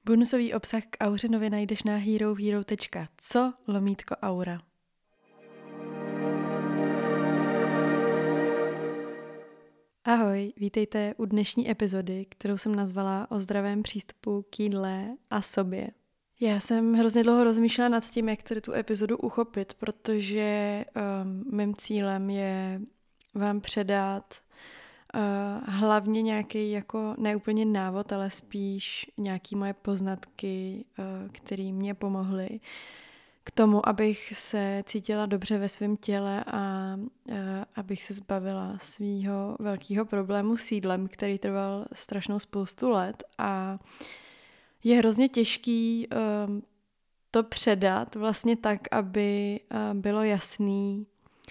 Bonusový obsah k auře nově najdeš na herohero.co/aura. Ahoj, vítejte u dnešní epizody, kterou jsem nazvala o zdravém přístupu k jídle a sobě. Já jsem hrozně dlouho rozmýšlela nad tím, jak tady tu epizodu uchopit, protože mým cílem je vám předat hlavně nějaký jako neúplně návod, ale spíš nějaký moje poznatky, které mě pomohly k tomu, abych se cítila dobře ve svém těle a abych se zbavila svýho velkého problému s jídlem, který trval strašnou spoustu let a je hrozně těžký to předat vlastně tak, aby bylo jasný,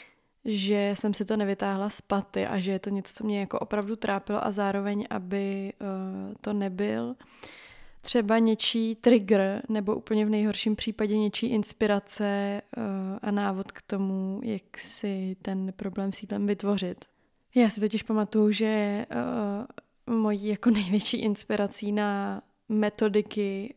že jsem si to nevytáhla z paty a že je to něco, co mě jako opravdu trápilo a zároveň, aby to nebyl třeba něčí trigger nebo úplně v nejhorším případě něčí inspirace a návod k tomu, jak si ten problém s jídlem vytvořit. Já si totiž pamatuju, že mojí jako největší inspirací na metodiky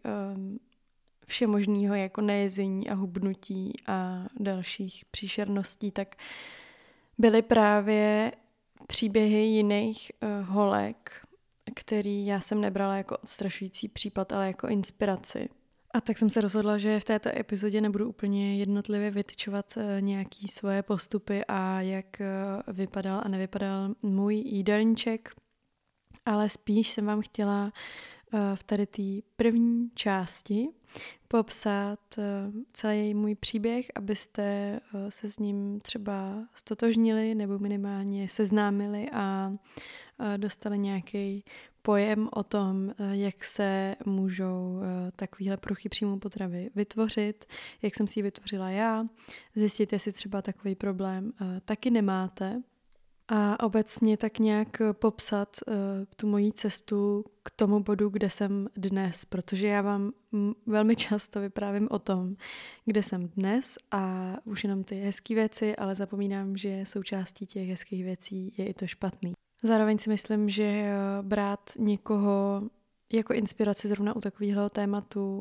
všemožného jako nejezení a hubnutí a dalších příšerností, tak byly právě příběhy jiných holek, který já jsem nebrala jako odstrašující případ, ale jako inspiraci. A tak jsem se rozhodla, že v této epizodě nebudu úplně jednotlivě vytyčovat nějaký svoje postupy a jak vypadal a nevypadal můj jídelníček, ale spíš jsem vám chtěla v tady té první části popsat celý můj příběh, abyste se s ním třeba stotožnili nebo minimálně seznámili a dostali nějaký pojem o tom, jak se můžou takovéhle poruchy příjmu potravy vytvořit, jak jsem si ji vytvořila já, zjistit, jestli třeba takový problém taky nemáte a obecně tak nějak popsat tu moji cestu k tomu bodu, kde jsem dnes, protože já vám velmi často vyprávím o tom, kde jsem dnes a už jenom ty hezké věci, ale zapomínám, že součástí těch hezkých věcí je i to špatný. Zároveň si myslím, že brát někoho jako inspiraci zrovna u takového tématu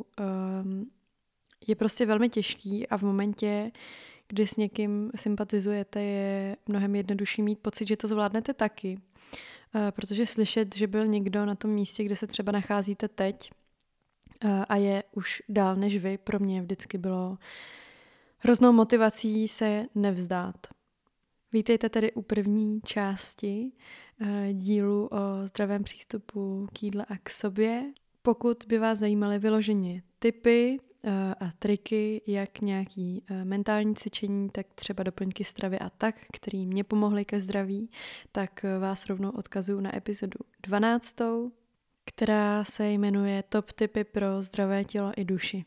je prostě velmi těžký a v momentě, kdy s někým sympatizujete, je mnohem jednodušší mít pocit, že to zvládnete taky. Protože slyšet, že byl někdo na tom místě, kde se třeba nacházíte teď a je už dál než vy, pro mě vždycky bylo hroznou motivací se nevzdát. Vítejte tedy u první části dílu o zdravém přístupu k jídle a k sobě. Pokud by vás zajímaly vyloženě tipy a triky, jak nějaký mentální cvičení, tak třeba doplňky stravy a tak, který mě pomohly ke zdraví, tak vás rovnou odkazuju na epizodu 12, která se jmenuje Top tipy pro zdravé tělo i duši.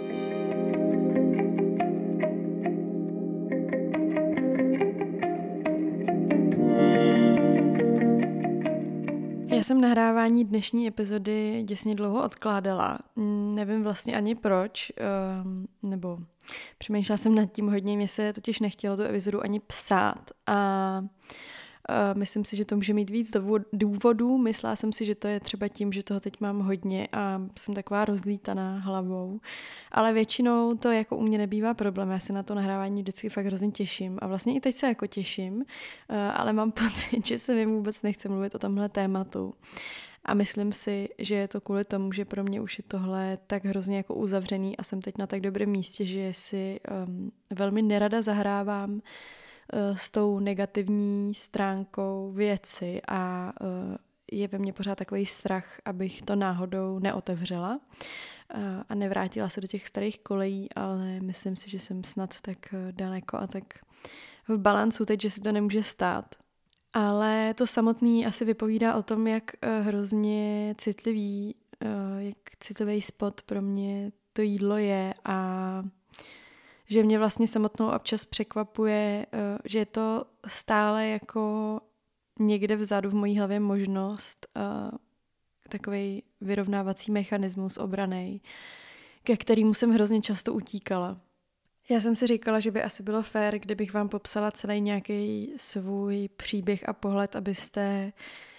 Já jsem nahrávání dnešní epizody děsně dlouho odkládala. Nevím vlastně ani proč, nebo přemýšlela jsem nad tím hodně, mně se totiž nechtělo tu epizodu ani psát a myslím si, že to může mít víc důvodů. Myslela jsem si, že to je třeba tím, že toho teď mám hodně a jsem taková rozlítaná hlavou. Ale většinou to jako u mě nebývá problém. Já se na to nahrávání vždycky fakt hrozně těším. A vlastně i teď se jako těším, ale mám pocit, že se mi vůbec nechce mluvit o tomhle tématu. A myslím si, že je to kvůli tomu, že pro mě už je tohle tak hrozně jako uzavřený a jsem teď na tak dobrém místě, že si velmi nerada zahrávám s tou negativní stránkou věci a je ve mně pořád takový strach, abych to náhodou neotevřela a nevrátila se do těch starých kolejí, ale myslím si, že jsem snad tak daleko a tak v balancu teď, že si to nemůže stát. Ale to samotný asi vypovídá o tom, jak hrozně jak citlivý spot pro mě to jídlo je a že mě vlastně samotnou občas překvapuje, že je to stále jako někde vzadu v mojí hlavě možnost, takovej vyrovnávací mechanismus obranej, ke kterému jsem hrozně často utíkala. Já jsem si říkala, že by asi bylo fér, kdybych vám popsala celý nějaký svůj příběh a pohled, abyste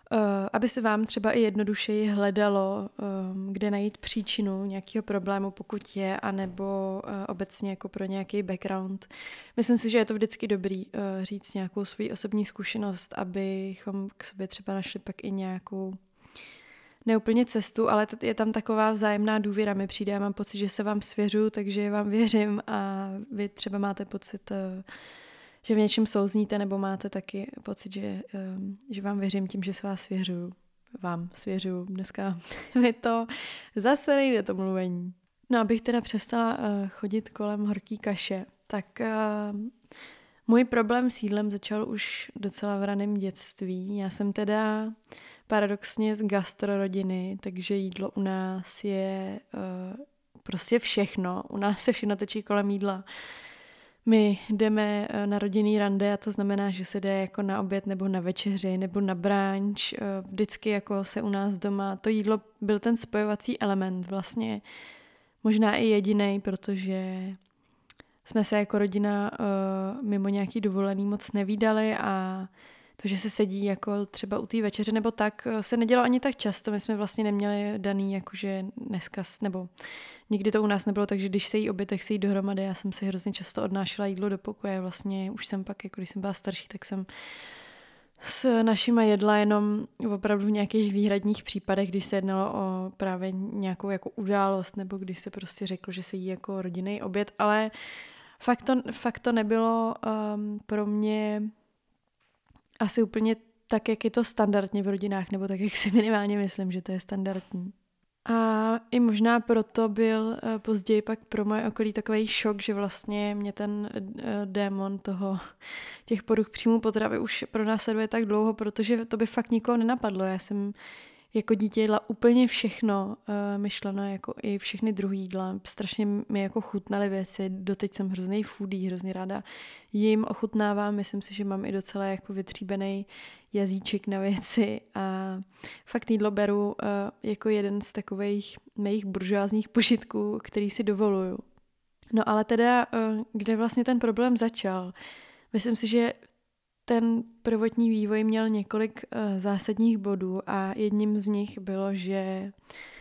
aby se vám třeba i jednodušeji hledalo, kde najít příčinu nějakého problému, pokud je, anebo obecně jako pro nějaký background. Myslím si, že je to vždycky dobrý říct nějakou svou osobní zkušenost, abychom k sobě třeba našli pak i nějakou neúplně cestu, ale je tam taková vzájemná důvěra. Mi přijde, já mám pocit, že se vám svěřu, takže vám věřím a vy třeba máte pocit, že v něčem souzníte, nebo máte taky pocit, že vám věřím tím, že se vás svěřuju. Vám svěřuju. Dneska mi to zase nejde to mluvení. No, abych teda přestala chodit kolem horký kaše, tak můj problém s jídlem začal už docela v raném dětství. Já jsem teda paradoxně z gastrorodiny, takže jídlo u nás je prostě všechno. U nás se všechno točí kolem jídla. My jdeme na rodinný rande a to znamená, že se jde jako na oběd nebo na večeři nebo na brunch. Vždycky jako se u nás doma, to jídlo byl ten spojovací element vlastně možná i jedinej, protože jsme se jako rodina mimo nějaký dovolený moc nevídali a to, že se sedí jako třeba u té večeře nebo tak, se nedělo ani tak často. My jsme vlastně neměli daný jakože dneska, nebo nikdy to u nás nebylo, takže když se jí oběd, tak se jí dohromady. Já jsem si hrozně často odnášela jídlo do pokoje. Vlastně už jsem pak, jako když jsem byla starší, tak jsem s našima jedla jenom opravdu v nějakých výhradních případech, když se jednalo o právě nějakou jako událost, nebo když se prostě řeklo, že se jí jako rodinný oběd, ale fakt to nebylo pro mě asi úplně tak, jak je to standardně v rodinách, nebo tak, jak si minimálně myslím, že to je standardní. A i možná proto byl později pak pro moje okolí takový šok, že vlastně mě ten démon těch poruch příjmu potravy už pronásleduje tak dlouho, protože to by fakt nikoho nenapadlo. Já jsem jako dítě jedla úplně všechno, myšleno jako i všechny druhý jídla. Strašně mi jako chutnaly věci, doteď jsem hrozný foodie, hrozně ráda jim ochutnávám, myslím si, že mám i docela jako vytříbený jazyček na věci a fakt jídlo beru jako jeden z takových mých buržoázních požitků, který si dovoluju. No ale teda, kde vlastně ten problém začal? Myslím si, že ten prvotní vývoj měl několik zásadních bodů a jedním z nich bylo, že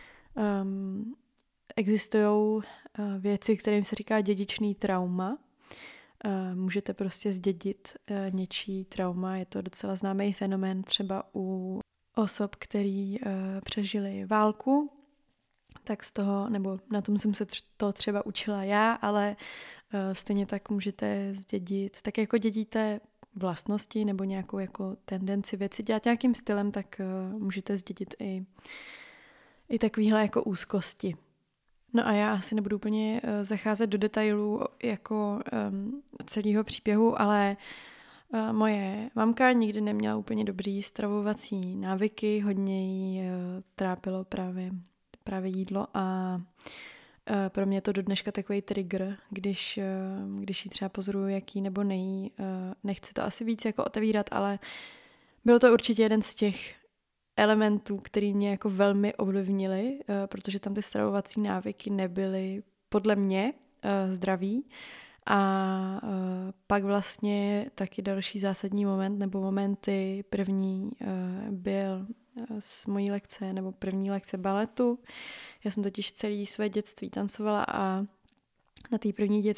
existují věci, kterým se říká dědičný trauma. Můžete prostě zdědit něčí trauma, je to docela známý fenomén třeba u osob, který přežili válku, tak z toho, nebo na tom jsem se to třeba učila já, ale stejně tak můžete zdědit, tak jako dědíte vlastnosti nebo nějakou jako tendenci věci dělat nějakým stylem, tak můžete zdědit i takovýhle jako úzkosti. No a já asi nebudu úplně zacházet do detailů jako celého příběhu, ale moje mamka nikdy neměla úplně dobrý stravovací návyky, hodně jí trápilo právě jídlo a pro mě je to do dneška takový trigger, když jí třeba pozoruju, jaký nebo nejí. Nechci to asi víc jako otevírat, ale byl to určitě jeden z těch elementů, který mě jako velmi ovlivnili, protože tam ty stravovací návyky nebyly podle mě zdraví. A pak vlastně taky další zásadní moment nebo momenty, první byl z mojí lekce nebo první lekce baletu. Já jsem totiž celé své dětství tancovala a na té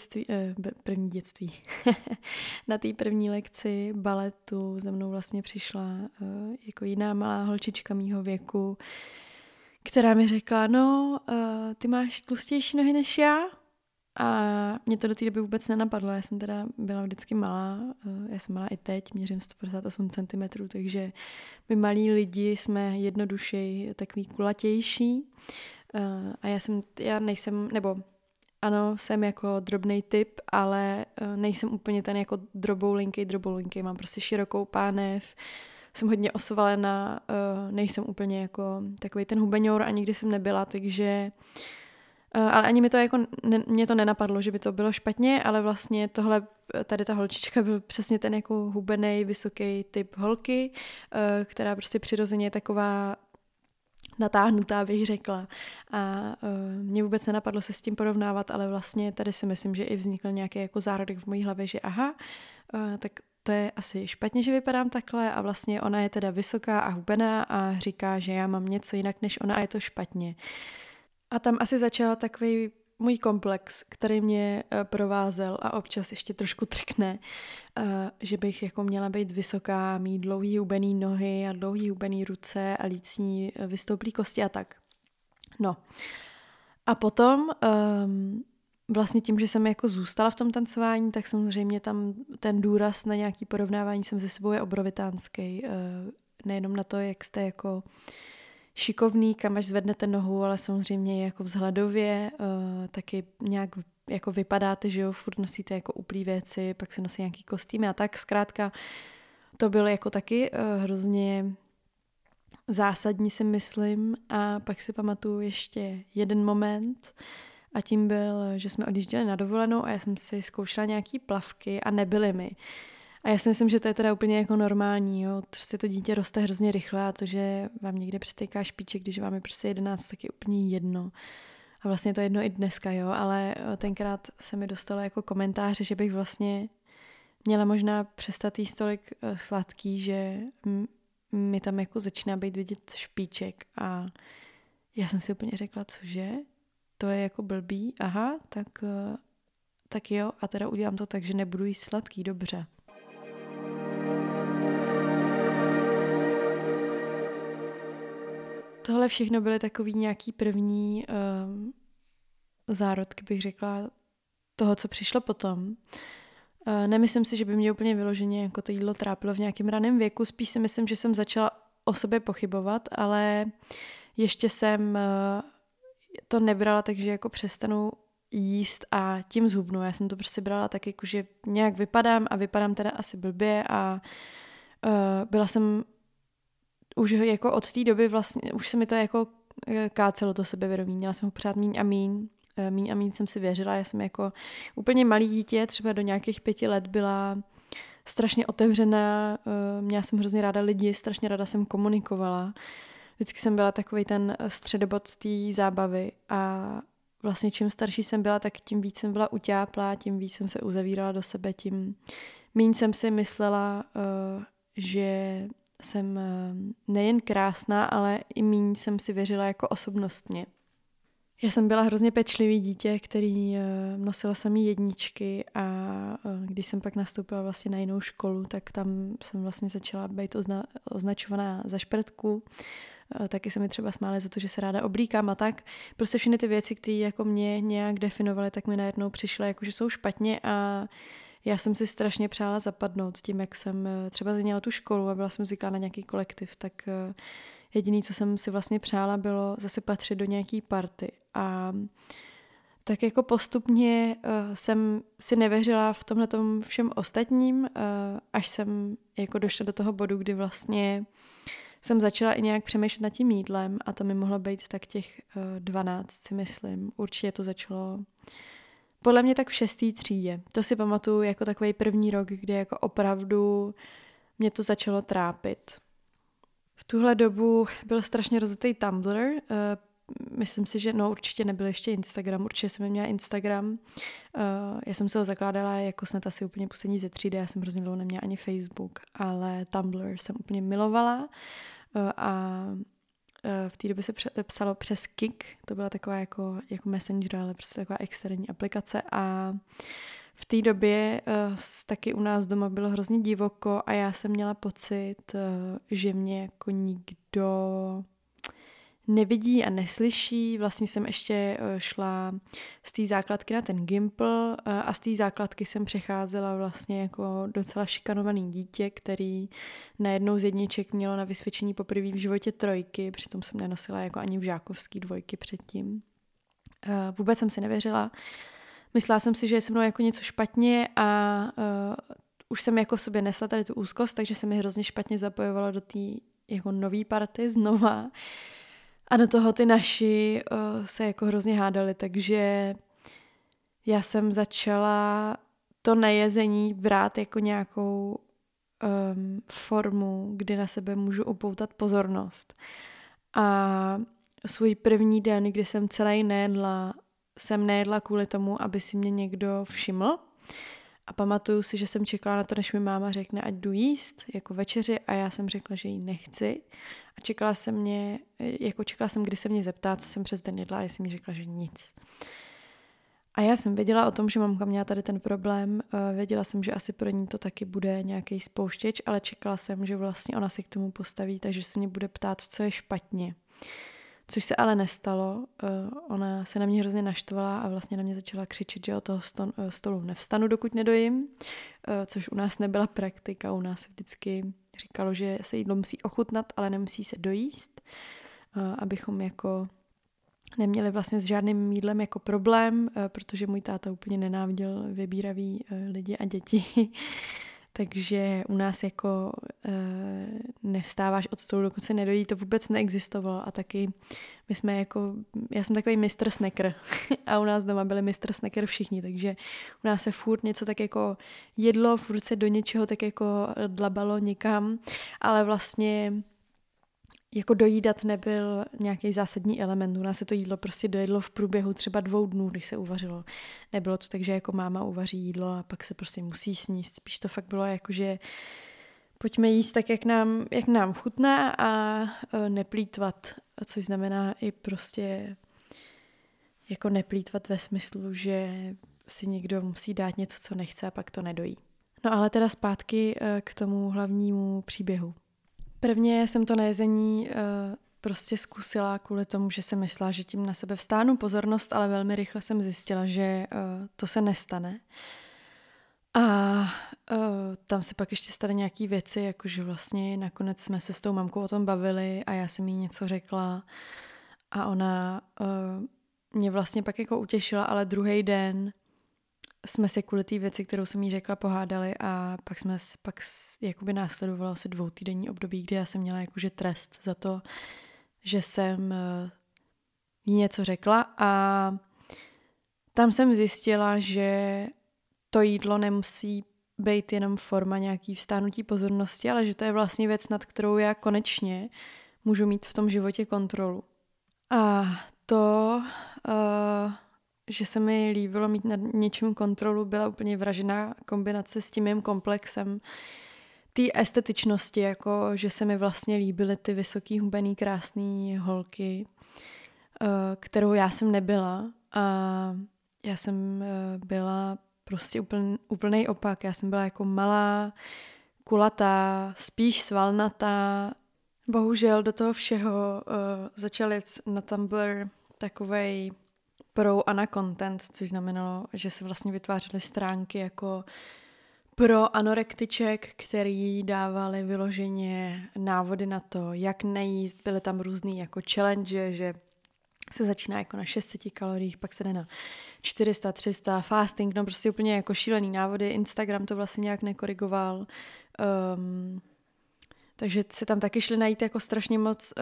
na té první lekci baletu za mnou vlastně přišla jako jiná malá holčička mýho věku, která mi řekla, ty máš tlustější nohy než já. A mě to do té doby vůbec nenapadlo, já jsem teda byla vždycky malá, já jsem malá i teď, měřím 158 cm, takže my malí lidi jsme jednodušeji takový kulatější a já nejsem, nebo ano, jsem jako drobnej typ, ale nejsem úplně ten jako droboulinkej, mám prostě širokou pánev, jsem hodně osvalená, nejsem úplně jako takovej ten hubeňour a nikdy jsem nebyla, takže ale ani mi to jako, mě to nenapadlo, že by to bylo špatně, ale vlastně tady ta holčička byl přesně ten jako hubenej, vysoký typ holky, která prostě přirozeně je taková natáhnutá, bych řekla. A mě vůbec nenapadlo se s tím porovnávat, ale vlastně tady si myslím, že i vznikl nějaký jako zárodek v mojí hlavě, že aha, tak to je asi špatně, že vypadám takhle a vlastně ona je teda vysoká a hubená a říká, že já mám něco jinak než ona a je to špatně. A tam asi začal takový můj komplex, který mě provázel a občas ještě trošku trkne, že bych jako měla být vysoká, mít dlouhý hubený nohy a dlouhý hubený ruce a lícní vystouplý kosti a tak. No. A potom vlastně tím, že jsem jako zůstala v tom tancování, tak samozřejmě tam ten důraz na nějaký porovnávání jsem se sebou je obrovitánský. Nejenom na to, jak jste jako šikovný, kam až zvednete nohu, ale samozřejmě jako vzhledově, taky nějak jako vypadáte, že jo, furt nosíte jako uplý věci, pak se nosí nějaký kostýmy a tak. Zkrátka to bylo jako taky hrozně zásadní, si myslím. A pak si pamatuju ještě jeden moment a tím byl, že jsme odjížděli na dovolenou a já jsem si zkoušela nějaký plavky a nebyly mi. A já si myslím, že to je teda úplně jako normální, jo. Prostě to dítě roste hrozně rychle a to, že vám někde přitejká špiček, když vám je prostě 11, tak je úplně jedno. A vlastně to je jedno i dneska, jo, ale tenkrát se mi dostalo jako komentáře, že bych vlastně měla možná přestat jíst tolik sladký, že mi tam jako začíná být vidět špiček a já jsem si úplně řekla, cože? To je jako blbý, aha, tak jo, a teda udělám to tak, že nebudu jíst sladký, dobře. Tohle všechno byly takový nějaký první zárodky, bych řekla, toho, co přišlo potom. Nemyslím si, že by mě úplně vyloženě jako to jídlo trápilo v nějakém raném věku, spíš si myslím, že jsem začala o sobě pochybovat, ale ještě jsem to nebrala, takže jako přestanu jíst a tím zhubnu. Já jsem to prostě brala tak, jako, že nějak vypadám a vypadám teda asi blbě a byla jsem už jako od té doby vlastně, už se mi to jako kácelo to sebevědomí. Měla jsem ho pořád míň a míň jsem si věřila. Já jsem jako úplně malý dítě, třeba do nějakých 5 let byla strašně otevřená, měla jsem hrozně ráda lidi, strašně ráda jsem komunikovala. Vždycky jsem byla takovej ten středobod té zábavy a vlastně čím starší jsem byla, tak tím víc jsem byla utáplá, tím víc jsem se uzavírala do sebe, tím míň jsem si myslela, že jsem nejen krásná, ale i míň jsem si věřila jako osobnostně. Já jsem byla hrozně pečlivý dítě, který nosila samý jedničky a když jsem pak nastoupila vlastně na jinou školu, tak tam jsem vlastně začala být označovaná za šprtku. Taky se mi třeba smáli za to, že se ráda oblíkám a tak. Prostě všechny ty věci, které jako mě nějak definovaly, tak mi najednou přišly jako, že jsou špatně a já jsem si strašně přála zapadnout tím, jak jsem třeba měla tu školu a byla jsem zvyklá na nějaký kolektiv, tak jediné, co jsem si vlastně přála, bylo zase patřit do nějaký party. A tak jako postupně jsem si nevěřila v tomhletom všem ostatním, až jsem jako došla do toho bodu, kdy vlastně jsem začala i nějak přemýšlet nad tím jídlem a to mi mohlo být tak těch 12, si myslím. Určitě to začalo podle mě tak v 6. třídě. To si pamatuju jako takový první rok, kdy jako opravdu mě to začalo trápit. V tuhle dobu byl strašně rozjetý Tumblr. Myslím si, že určitě nebyl ještě Instagram, určitě jsem měla Instagram. Já jsem se ho zakládala jako snad asi úplně poslední ze třídy, já jsem hrozně dlouho neměla ani Facebook, ale Tumblr jsem úplně milovala a v té době se psalo přes Kik, to byla taková jako Messenger, ale prostě taková externí aplikace a v té době taky u nás doma bylo hrozně divoko a já jsem měla pocit, že mě jako nikdo nevidí a neslyší. Vlastně jsem ještě šla z té základky na ten Gimpl a z té základky jsem přecházela vlastně jako docela šikanovaný dítě, který najednou z jedniček mělo na vysvědčení poprvé v životě 3, přitom jsem nenosila jako ani v žákovský 2 předtím. Vůbec jsem si nevěřila. Myslela jsem si, že je se mnou jako něco špatně a už jsem jako v sobě nesla tady tu úzkost, takže se mi hrozně špatně zapojovalo do té jako nový party znova. A do toho ty naši se jako hrozně hádali, takže já jsem začala to nejezení brát jako nějakou formu, kdy na sebe můžu upoutat pozornost. A svůj první den, kdy jsem celý nejedla, jsem nejedla kvůli tomu, aby si mě někdo všiml, A pamatuju si, že jsem čekala na to, než mi máma řekne, ať jdu jíst jako večeři a já jsem řekla, že ji nechci. A čekala jsem, kdy se mě zeptá, co jsem přes den jedla a já jsem mi řekla, že nic. A já jsem věděla o tom, že mamka měla tady ten problém, věděla jsem, že asi pro ní to taky bude nějaký spouštěč, ale čekala jsem, že vlastně ona se k tomu postaví, takže se mě bude ptát, co je špatně. Což se ale nestalo, ona se na mě hrozně naštvala a vlastně na mě začala křičet, že od toho stolu nevstanu, dokud nedojím, což u nás nebyla praktika, u nás vždycky říkalo, že se jídlo musí ochutnat, ale nemusí se dojíst, abychom jako neměli vlastně s žádným jídlem jako problém, protože můj táta úplně nenáviděl vybíravý lidi a děti. Takže u nás jako nevstáváš od stolu, dokud se nedojí, to vůbec neexistovalo. A taky já jsem takový mistr snacker a u nás doma byli mistr snacker všichni, takže u nás se furt něco tak jako jedlo, furt se do něčeho tak jako dlabalo někam, ale vlastně jako dojídat nebyl nějaký zásadní element. U nás se to jídlo prostě dojedlo v průběhu třeba 2 dnů, když se uvařilo. Nebylo to tak, že jako máma uvaří jídlo a pak se prostě musí sníst. Spíš to fakt bylo jako, že pojďme jíst tak, jak nám chutná a neplýtvat. Což znamená i prostě jako neplýtvat ve smyslu, že si někdo musí dát něco, co nechce a pak to nedojí. No ale teda zpátky k tomu hlavnímu příběhu. Prvně jsem to nejezení prostě zkusila kvůli tomu, že jsem myslela, že tím na sebe vstáhnu pozornost, ale velmi rychle jsem zjistila, že to se nestane. A tam se pak ještě staly nějaký věci, jakože vlastně nakonec jsme se s tou mamkou o tom bavili a já jsem jí něco řekla a ona mě vlastně pak jako utěšila, ale druhý den jsme se kvůli té věci, kterou jsem jí řekla, pohádali a pak jakoby následovalo asi 2týdenní období, kdy já jsem měla jakože trest za to, že jsem jí něco řekla a tam jsem zjistila, že to jídlo nemusí být jenom forma nějaký vstánutí pozornosti, ale že to je vlastně věc, nad kterou já konečně můžu mít v tom životě kontrolu. A to že se mi líbilo mít nad něčím kontrolu, byla úplně vražená kombinace s tím mým komplexem té estetičnosti, jako že se mi vlastně líbily ty vysoký, hubený, krásný holky, kterou já jsem nebyla a já jsem byla prostě úplnej opak. Já jsem byla jako malá, kulatá, spíš svalnatá. Bohužel do toho všeho začal jet na Tumblr takovej pro Ana content, což znamenalo, že se vlastně vytvářely stránky jako pro anorektiček, který dávali vyloženě návody na to, jak nejíst. Byly tam různý jako challenge, že se začíná jako na 600 kaloriích, pak se jde na 400, 300, fasting, no prostě úplně jako šílený návody. Instagram to vlastně nějak nekorigoval. Takže se tam taky šli najít jako strašně moc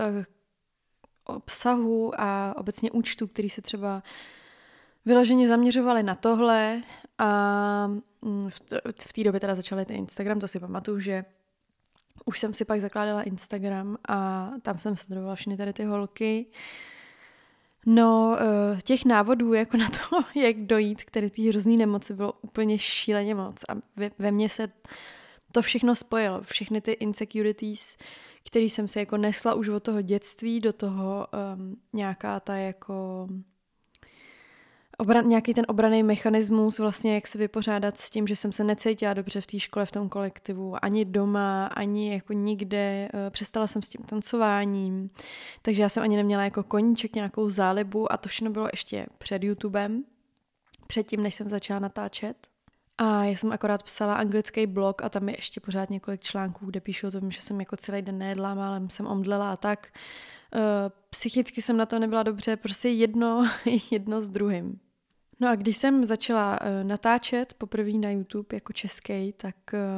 obsahu a obecně účtů, který se třeba vyloženě zaměřovali na tohle a v té době teda začal ten Instagram, to si pamatuju, že už jsem si pak zakládala Instagram a tam jsem sledovala všechny tady ty holky. No, těch návodů jako na to, jak dojít k tady té hrozný nemoci bylo úplně šíleně moc a ve mně se to všechno spojilo, všechny ty insecurities, které jsem se jako nesla už od toho dětství do toho nějaká ta jako nějaký ten obranný mechanismus, vlastně jak se vypořádat s tím, že jsem se necítila dobře v té škole, v tom kolektivu, ani doma, ani jako nikde, přestala jsem s tím tancováním, takže já jsem ani neměla jako koníček, nějakou zálibu a to všechno bylo ještě před YouTubem, předtím, než jsem začala natáčet. A já jsem akorát psala anglický blog a tam je ještě pořád několik článků, kde píšu o tom, že jsem jako celý den nejedla, málem jsem omdlela a tak. Psychicky jsem na to nebyla dobře, prostě jedno s druhým. No a když jsem začala natáčet poprvé na YouTube jako český, tak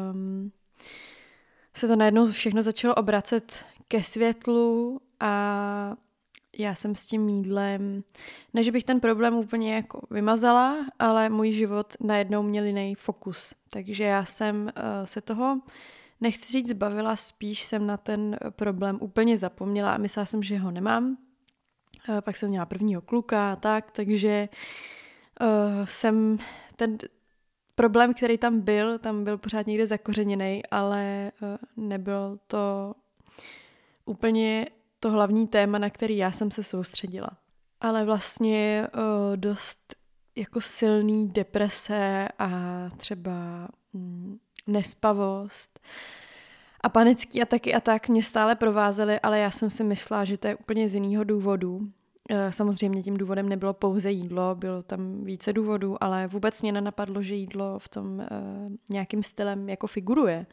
se to najednou všechno začalo obracet ke světlu a já jsem s tím jídlem, ne, že bych ten problém úplně jako vymazala, ale můj život najednou měl jiný fokus. Takže já jsem se toho, nechci říct, zbavila, spíš jsem na ten problém úplně zapomněla a myslela jsem, že ho nemám. Pak jsem měla prvního kluka a tak, takže jsem problém, který tam byl pořád někde zakořeněný, ale nebylo to úplně to hlavní téma, na který já jsem se soustředila. Ale vlastně dost jako silný deprese a třeba nespavost a panický ataky a tak mě stále provázely, ale já jsem si myslela, že to je úplně z jiného důvodu. Samozřejmě tím důvodem nebylo pouze jídlo, bylo tam více důvodů, ale vůbec mě nenapadlo, že jídlo v tom nějakým stylem jako figuruje.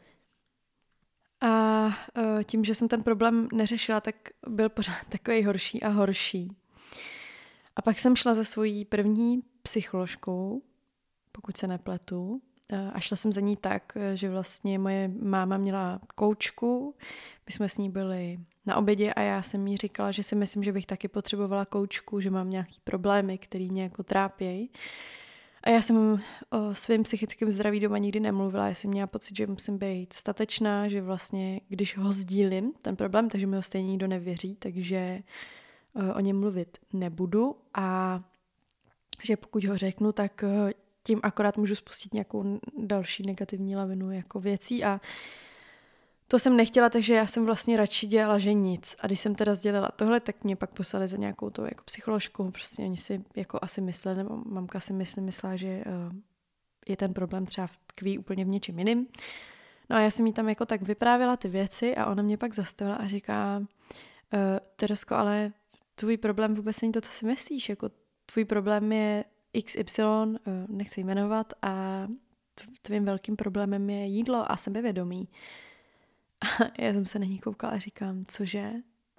A tím, že jsem ten problém neřešila, tak byl pořád takový horší a horší. A pak jsem šla za svojí první psycholožkou, pokud se nepletu, a šla jsem za ní tak, že vlastně moje máma měla koučku, my jsme s ní byli na obědě a já jsem jí říkala, že si myslím, že bych taky potřebovala koučku, že mám nějaký problémy, které mě jako trápějí. A já jsem o svém psychickém zdraví doma nikdy nemluvila, já jsem měla pocit, že musím být statečná, že vlastně, když ho sdílím, ten problém, takže mi ho stejně nikdo nevěří, takže o něm mluvit nebudu a že pokud ho řeknu, tak tím akorát můžu spustit nějakou další negativní lavinu jako věcí a to jsem nechtěla, takže já jsem vlastně radši dělala, že nic. A když jsem teda sdělila tohle, tak mě pak poslali za nějakou tou jako psycholožku. Prostě oni si jako asi mysleli, nebo mamka si myslela, že je ten problém třeba tkví úplně v něčem jiným. No a já jsem jí tam jako tak vyprávěla ty věci a ona mě pak zastavila a říká, Teresko, ale tvůj problém vůbec není to, co si myslíš. Jako tvůj problém je XY, nechci jmenovat, a tvým velkým problémem je jídlo a sebevědomí. A já jsem se na ní koukala a říkám, cože?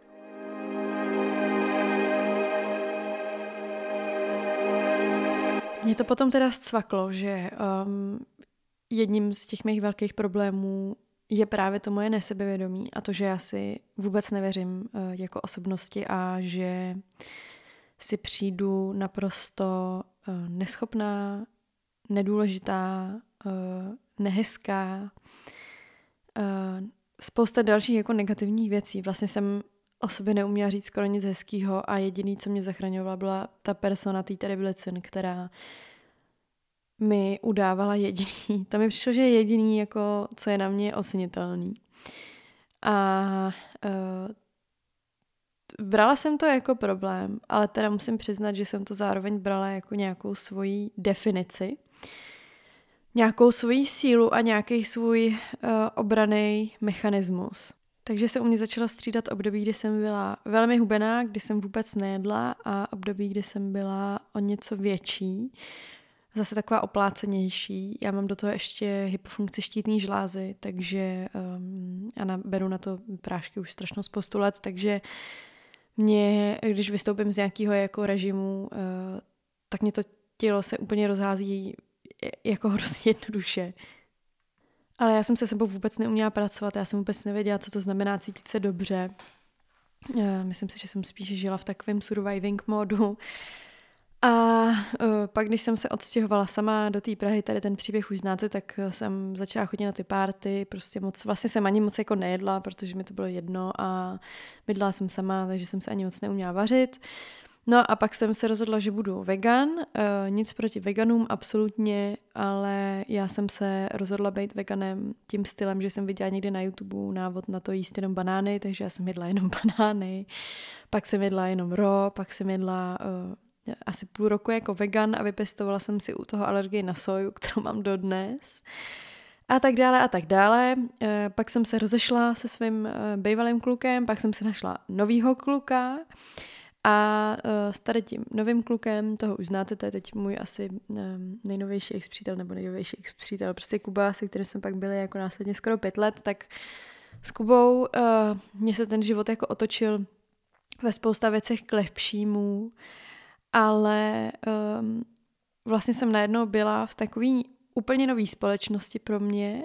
Mě to potom teda zcvaklo, že jedním z těch mých velkých problémů je právě to moje nesebevědomí a to, že já si vůbec nevěřím jako osobnosti a že si přijdu naprosto neschopná, nedůležitá, nehezká, spousta dalších jako negativních věcí. Vlastně jsem o sobě neuměla říct skoro nic hezkýho a jediný, co mě zachraňovala, byla ta persona té Terry Blitzen, která mi udávala jediný. To mi přišlo, že je jediný, jako, co je na mě ocenitelný. A brala jsem to jako problém, ale teda musím přiznat, že jsem to zároveň brala jako nějakou svoji definici, nějakou svoji sílu a nějaký svůj obranný mechanismus. Takže se u mě začalo střídat období, kdy jsem byla velmi hubená, kdy jsem vůbec nejedla a období, kdy jsem byla o něco větší, zase taková oplácenější. Já mám do toho ještě hypofunkci štítné žlázy, takže já beru na to prášky už strašnou spoustu let, takže mě, když vystoupím z nějakého jako režimu, tak mě to tělo se úplně rozhází jako hrozně jednoduše. Ale já jsem se sebou vůbec neuměla pracovat, já jsem vůbec nevěděla, co to znamená cítit se dobře. Myslím si, že jsem spíš žila v takovém surviving modu. A pak, když jsem se odstěhovala sama do té Prahy, tady ten příběh už znáte, tak jsem začala chodit na ty párty, prostě vlastně jsem ani moc jako nejedla, protože mi to bylo jedno a bydlela jsem sama, takže jsem se ani moc neuměla vařit. No a pak jsem se rozhodla, že budu vegan, nic proti veganům, absolutně, ale já jsem se rozhodla být veganem tím stylem, že jsem viděla někde na YouTube návod na to jíst jenom banány, takže já jsem jedla jenom banány, pak jsem jedla jenom pak jsem jedla asi půl roku jako vegan a vypěstovala jsem si u toho alergii na soju, kterou mám dodnes. A tak dále a tak dále. Pak jsem se rozešla se svým bývalým klukem, pak jsem si našla novýho kluka a s tady tím novým klukem, toho už znáte, to je teď můj asi nejnovější ex-přítel, nebo nejnovější ex-přítel, prostě Kuba, se kterým jsme pak byli jako následně skoro 5 let, tak s Kubou mně se ten život jako otočil ve spousta věcech k lepšímu, ale vlastně jsem najednou byla v takový úplně nový společnosti pro mě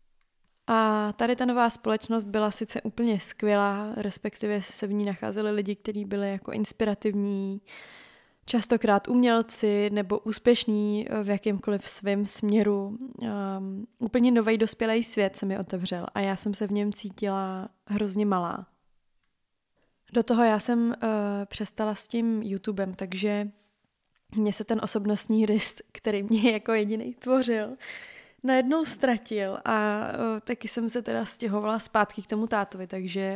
a tady ta nová společnost byla sice úplně skvělá, respektive se v ní nacházeli lidi, kteří byli jako inspirativní, častokrát umělci nebo úspěšní v jakýmkoliv svém směru. Úplně nový dospělý svět se mi otevřel a já jsem se v něm cítila hrozně malá. Do toho já jsem přestala s tím YouTubem, takže mně se ten osobnostní rys, který mě jako jediný tvořil, najednou ztratil a taky jsem se teda stěhovala zpátky k tomu tátovi, takže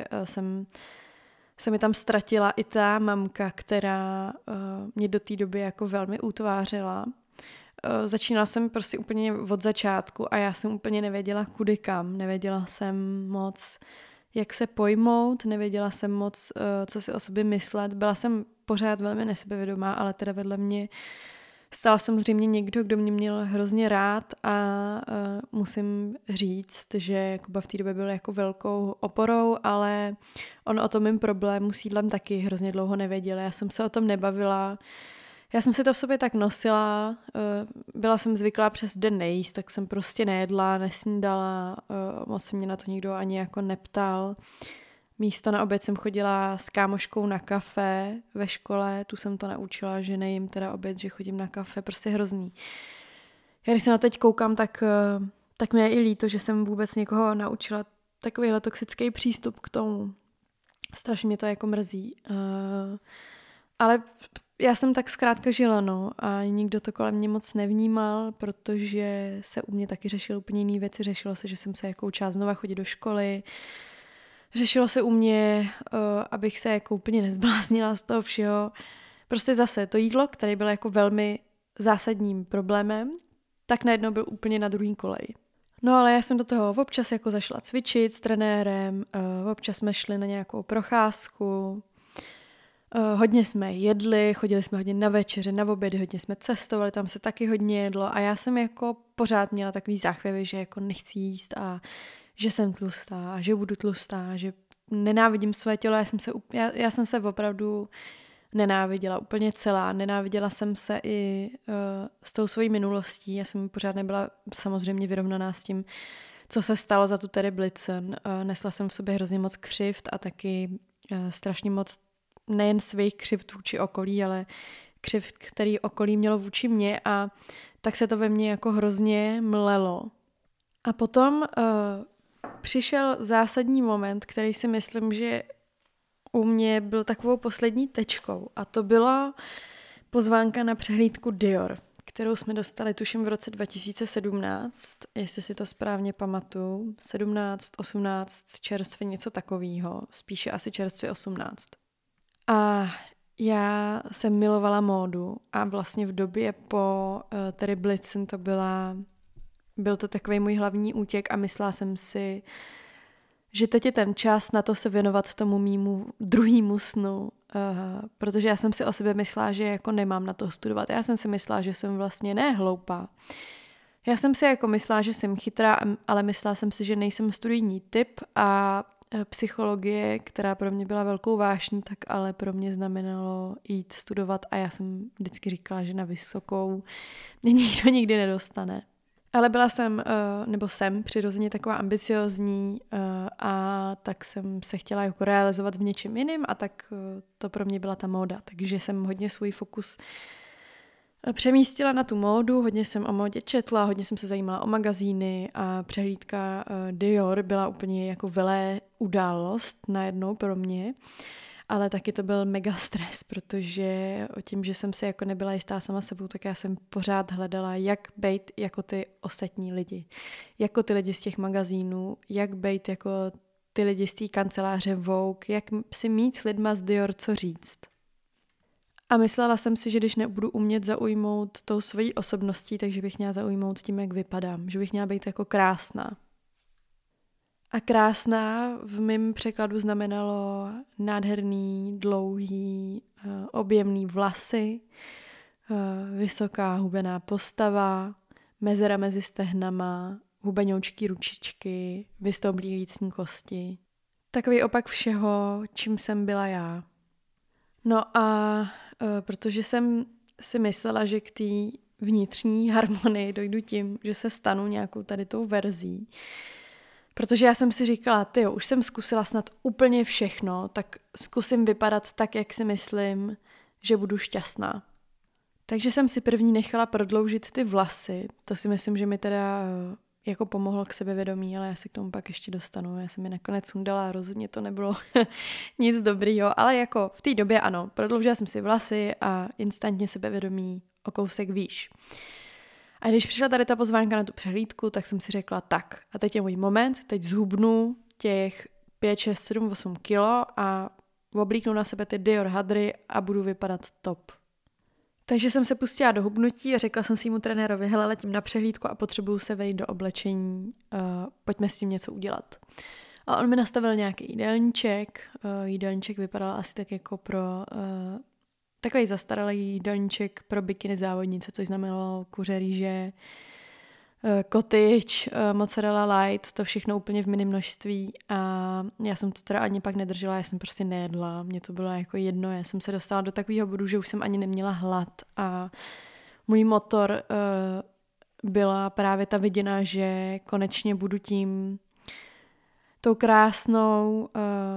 se mi tam ztratila i ta mamka, která mě do té doby jako velmi utvářela. Začínala jsem prostě úplně od začátku a já jsem úplně nevěděla kudy kam, nevěděla jsem moc, jak se pojmout, nevěděla jsem moc, co si o sobě myslet. Byla jsem pořád velmi nesebevědomá, ale teda vedle mě stál samozřejmě někdo, kdo mě měl hrozně rád a musím říct, že Kuba v té době byl jako velkou oporou, ale on o tom mým problému s jídlem taky hrozně dlouho nevěděl. Já jsem se o tom nebavila. Já jsem si to v sobě tak nosila, byla jsem zvyklá přes den nejíst, tak jsem prostě nejedla, nesnídala, moc se mě na to nikdo ani jako neptal. Místo na oběd jsem chodila s kámoškou na kafe ve škole, tu jsem to naučila, že nejím teda oběd, že chodím na kafe, prostě hrozný. Já když se na teď koukám, tak mě je i líto, že jsem vůbec někoho naučila takovýhle toxický přístup k tomu. Strašně mě to jako mrzí. Ale já jsem tak zkrátka žila, no, a nikdo to kolem mě moc nevnímal, protože se u mě taky řešily úplně jiné věci. Řešilo se, že jsem se jako učila znova chodit do školy. Řešilo se u mě, abych se jako úplně nezbláznila z toho všeho. Prostě zase to jídlo, které bylo jako velmi zásadním problémem, tak najednou byl úplně na druhý koleji. No ale já jsem do toho občas jako zašla cvičit s trenérem, občas jsme šli na nějakou procházku, hodně jsme jedli, chodili jsme hodně na večeře, na obědy, hodně jsme cestovali, tam se taky hodně jedlo a já jsem jako pořád měla takový záchvěvy, že jako nechci jíst a že jsem tlustá a že budu tlustá, že nenávidím své tělo. Já jsem se opravdu nenáviděla úplně celá. Nenáviděla jsem se i s tou svojí minulostí. Já jsem pořád nebyla samozřejmě vyrovnaná s tím, co se stalo za tu Terry Blitzen. Nesla jsem v sobě hrozně moc křivd a taky strašně moc nejen svých křivd vůči okolí, ale křivd, který okolí mělo vůči mně a tak se to ve mně jako hrozně mlelo. A potom přišel zásadní moment, který si myslím, že u mě byl takovou poslední tečkou a to byla pozvánka na přehlídku Dior, kterou jsme dostali tuším v roce 2017, jestli si to správně pamatuju, 17, 18, čerstvě něco takového, spíše asi čerstvě 18. A já jsem milovala módu a vlastně v době po Terry Blitzen byl to takový můj hlavní útěk a myslela jsem si, že teď je ten čas na to se věnovat tomu mýmu druhému snu, protože já jsem si o sebe myslela, že jako nemám na to studovat. Já jsem si myslela, že jsem vlastně hloupá. Já jsem si jako myslela, že jsem chytrá, ale myslela jsem si, že nejsem studijní typ a psychologie, která pro mě byla velkou vášní, tak ale pro mě znamenalo jít studovat a já jsem vždycky říkala, že na vysokou mě nikdo nikdy nedostane. Ale byla jsem, nebo jsem přirozeně taková ambiciozní a tak jsem se chtěla jako realizovat v něčem jiném a tak to pro mě byla ta móda. Takže jsem hodně svůj fokus přemístila na tu módu, hodně jsem o módě četla, hodně jsem se zajímala o magazíny a přehlídka Dior byla úplně jako velká událost najednou pro mě. Ale taky to byl mega stres, protože tím, že jsem si jako nebyla jistá sama sebou, tak já jsem pořád hledala, jak bejt jako ty ostatní lidi. Jako ty lidi z těch magazínů, jak bejt jako ty lidi z té kanceláře Vogue, jak si mít s lidma z Dior co říct. A myslela jsem si, že když nebudu umět zaujmout tou svojí osobností, takže bych měla zaujmout tím, jak vypadám. Že bych měla být jako krásná. A krásná v mém překladu znamenalo nádherný, dlouhý, objemný vlasy, vysoká hubená postava, mezera mezi stehnama, hubenoučký ručičky, vystoublý lícní kosti. Takový opak všeho, čím jsem byla já. No a protože jsem si myslela, že k té vnitřní harmonii dojdu tím, že se stanu nějakou tady tou verzí, protože já jsem si říkala, už jsem zkusila snad úplně všechno, tak zkusím vypadat tak, jak si myslím, že budu šťastná. Takže jsem si první nechala prodloužit ty vlasy. To si myslím, že mi teda jako pomohl k sebevědomí, ale já se k tomu pak ještě dostanu. Já jsem je nakonec sundala a rozhodně to nebylo nic dobrýho, ale jako v té době ano, prodloužila jsem si vlasy a instantně sebevědomí o kousek výš. A když přišla tady ta pozvánka na tu přehlídku, tak jsem si řekla tak, a teď je můj moment, teď zhubnu těch 5, 6, 7, 8 kilo a oblíknu na sebe ty Dior hadry a budu vypadat top. Takže jsem se pustila do hubnutí a řekla jsem svýmu trenérovi, hele, letím na přehlídku a potřebuju se vejít do oblečení, pojďme s tím něco udělat. A on mi nastavil nějaký jídelníček, jídelníček vypadal asi tak jako pro takový zastaralý jídelníček pro bikini závodnice, což znamenalo kuře rýže, cottage, mozzarella light, to všechno úplně v minimum množství a já jsem to teda ani pak nedržela, já jsem prostě nejedla, mně to bylo jako jedno, já jsem se dostala do takového bodu, že už jsem ani neměla hlad a můj motor byla právě ta viděna, že konečně budu tou krásnou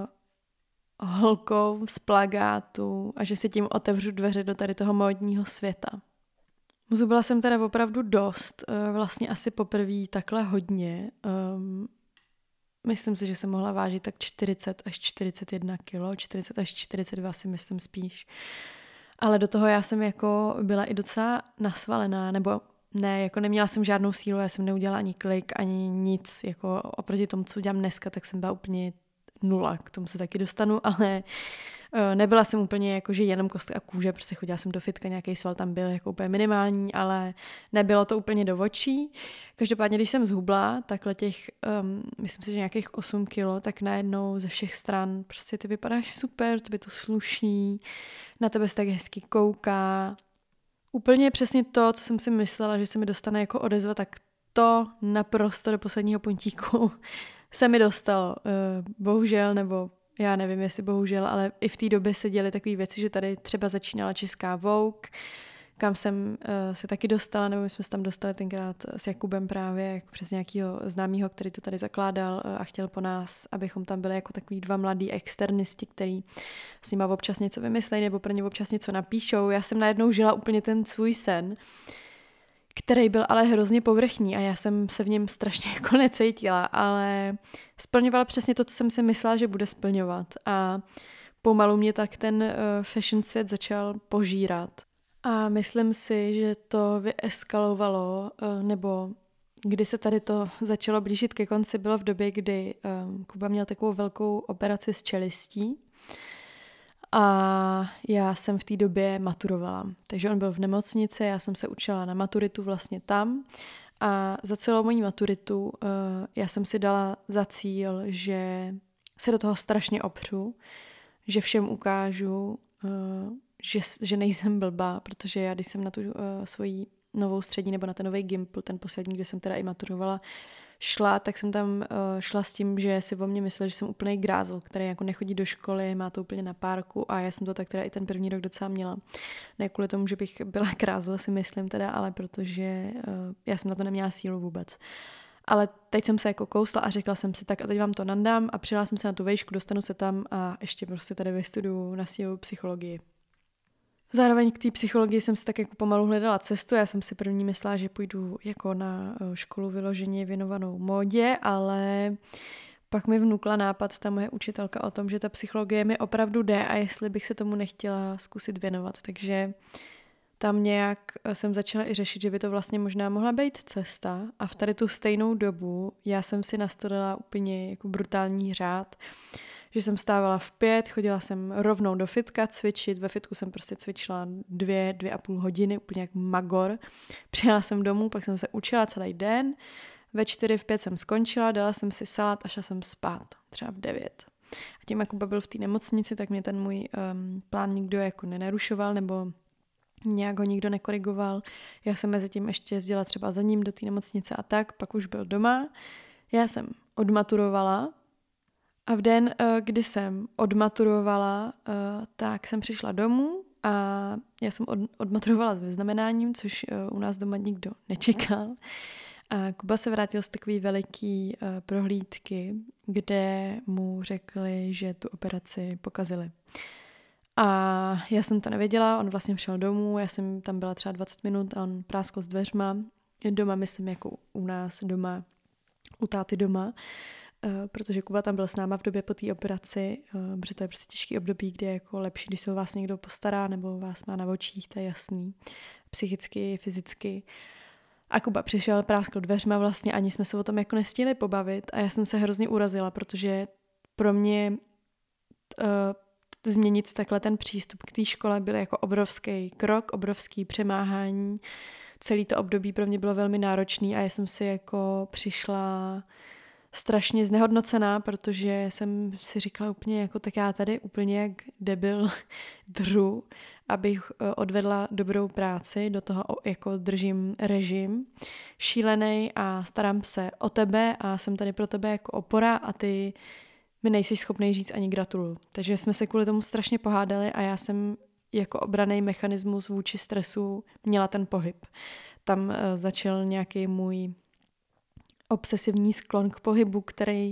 holkou z plagátu a že si tím otevřu dveře do tady toho módního světa. Zubila jsem teda opravdu dost, vlastně asi poprvé takhle hodně. Myslím si, že jsem mohla vážit tak 40 až 41 kilo, 40 až 42 si myslím spíš. Ale do toho já jsem jako byla i docela nasvalená, nebo ne, jako neměla jsem žádnou sílu, já jsem neudělala ani klik, ani nic, jako oproti tomu, co dělám dneska, tak jsem byla úplně 0, k tomu se taky dostanu, ale nebyla jsem úplně jako, že jenom kostka a kůže, prostě chodila jsem do fitka, nějaký sval tam byl jako úplně minimální, ale nebylo to úplně do očí. Každopádně, když jsem zhubla, takhle těch, myslím si, že nějakých 8 kilo, tak najednou ze všech stran prostě ty vypadáš super, tobě to sluší, na tebe se tak hezky kouká. Úplně přesně to, co jsem si myslela, že se mi dostane jako odezva, tak to naprosto do posledního puntíku se mi dostalo. Bohužel, nebo já nevím, jestli bohužel, ale i v té době se děly takové věci, že tady třeba začínala česká Vogue, kam jsem se taky dostala, nebo my jsme se tam dostali tenkrát s Jakubem právě jako přes nějakého známého, který to tady zakládal a chtěl po nás, abychom tam byli jako takový 2 mladí externisti, který s nima občas něco vymyslejí nebo pro ně občas něco napíšou. Já jsem najednou žila úplně ten svůj sen, který byl ale hrozně povrchní a já jsem se v něm strašně jako necítila, ale splňovala přesně to, co jsem si myslela, že bude splňovat a pomalu mě tak ten fashion svět začal požírat. A myslím si, že to vyeskalovalo, nebo kdy se tady to začalo blížit ke konci, bylo v době, kdy Kuba měl takovou velkou operaci s čelistí a já jsem v té době maturovala. Takže on byl v nemocnici, já jsem se učila na maturitu vlastně tam a za celou moji maturitu já jsem si dala za cíl, že se do toho strašně opřu, že všem ukážu, že nejsem blbá, protože já, když jsem na tu svoji novou střední nebo na ten nový Gimpl, ten poslední, kde jsem teda i maturovala, šla, tak jsem tam šla s tím, že si o mě myslela, že jsem úplnej grázl, který jako nechodí do školy, má to úplně na párku a já jsem to tak teda i ten první rok docela měla. Ne kvůli tomu, že bych byla grázl, si myslím teda, ale protože já jsem na to neměla sílu vůbec. Ale teď jsem se jako kousla a řekla jsem si tak a teď vám to nandám a přidala jsem se na tu vejšku, dostanu se tam a ještě prostě tady vystuduju na sílu psychologii. Zároveň k té psychologii jsem si tak jako pomalu hledala cestu. Já jsem si první myslela, že půjdu jako na školu vyloženě věnovanou módě, ale pak mi vnukla nápad ta moje učitelka o tom, že ta psychologie mi opravdu jde a jestli bych se tomu nechtěla zkusit věnovat. Takže tam nějak jsem začala i řešit, že by to vlastně možná mohla být cesta a v tady tu stejnou dobu já jsem si nastolila úplně jako brutální řád, že jsem stávala v 5, chodila jsem rovnou do fitka cvičit, ve fitku jsem prostě cvičila 2,5 hodiny, úplně jak magor. Přijela jsem domů, pak jsem se učila celý den, ve 4, v 5 jsem skončila, dala jsem si salát a šla jsem spát, třeba v 9. A tím, jak byl v té nemocnici, tak mě ten můj plán nikdo jako nenarušoval, nebo nějak ho nikdo nekorigoval. Já jsem mezi tím ještě jezdila třeba za ním do té nemocnice a tak, pak už byl doma. Já jsem odmaturovala a v den, kdy jsem odmaturovala, tak jsem přišla domů a já jsem odmaturovala s vyznamenáním, což u nás doma nikdo nečekal. A Kuba se vrátil z takové veliký prohlídky, kde mu řekli, že tu operaci pokazili. A já jsem to nevěděla, on vlastně přišel domů, já jsem tam byla třeba 20 minut a on práskl s dveřma. Doma, myslím, jako u nás doma, u táty doma, protože Kuba tam byl s náma v době po té operaci, protože to je prostě těžký období, kde je jako lepší, když se o vás někdo postará nebo vás má na očích, to je jasný, psychicky, fyzicky. A Kuba přišel, práskl dveřma vlastně, ani jsme se o tom jako nestihli pobavit a já jsem se hrozně urazila, protože pro mě změnit takhle ten přístup k té škole byl jako obrovský krok, obrovský přemáhání. Celý to období pro mě bylo velmi náročný a já jsem si jako přišla strašně znehodnocená, protože jsem si říkala úplně jako tak já tady úplně jak debil dřu, abych odvedla dobrou práci, do toho jako držím režim šílenej a starám se o tebe a jsem tady pro tebe jako opora a ty mi nejsi schopný říct ani gratuluju. Takže jsme se kvůli tomu strašně pohádali a já jsem jako obranný mechanismus vůči stresu měla ten pohyb. Tam začal nějaký můj obsesivní sklon k pohybu, který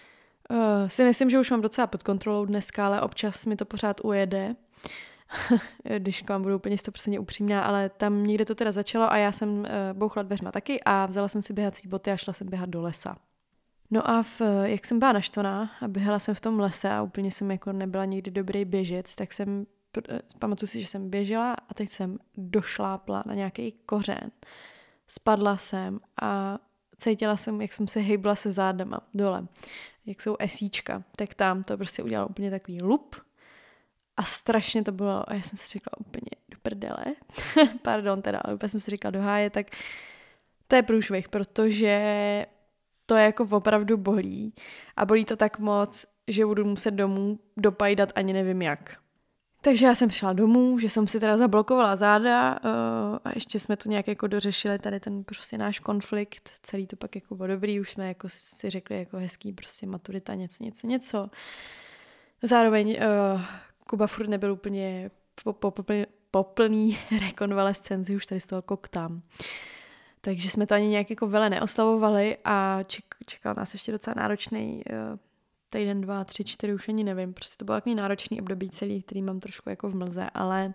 si myslím, že už mám docela pod kontrolou dneska, ale občas mi to pořád ujede, když k vám budu úplně 100% upřímná, ale tam někde to teda začalo a já jsem bouchla dveřma taky a vzala jsem si běhací boty a šla jsem běhat do lesa. No a jak jsem byla naštvaná a běhala jsem v tom lese a úplně jsem jako nebyla nikdy dobrý běžec, tak pamatuju si, že jsem běžela a teď jsem došlápla na nějaký kořen. Spadla jsem a cítila jsem, jak jsem se hejbla se zádama dole, jak jsou esíčka, tak tam to prostě udělalo úplně takový lup a strašně to bylo a já jsem si říkala úplně do prdele, pardon teda, ale úplně jsem si říkala do háje, tak to je průšvih, protože to je jako opravdu bolí a bolí to tak moc, že budu muset domů dopajdat ani nevím jak. Takže já jsem přišla domů, že jsem si teda zablokovala záda a ještě jsme to nějak jako dořešili, tady ten prostě náš konflikt, celý to pak jako bylo dobrý, už jsme jako si řekli jako hezký prostě maturita, něco. Zároveň Kuba furt nebyl úplně po plný rekonvalescenci, už tady z toho koktám. Takže jsme to ani nějak jako vele neoslavovali a čekal nás ještě docela náročný týden, 2, 3, 4, už ani nevím. Prostě to bylo takový náročný období celý, který mám trošku jako v mlze, ale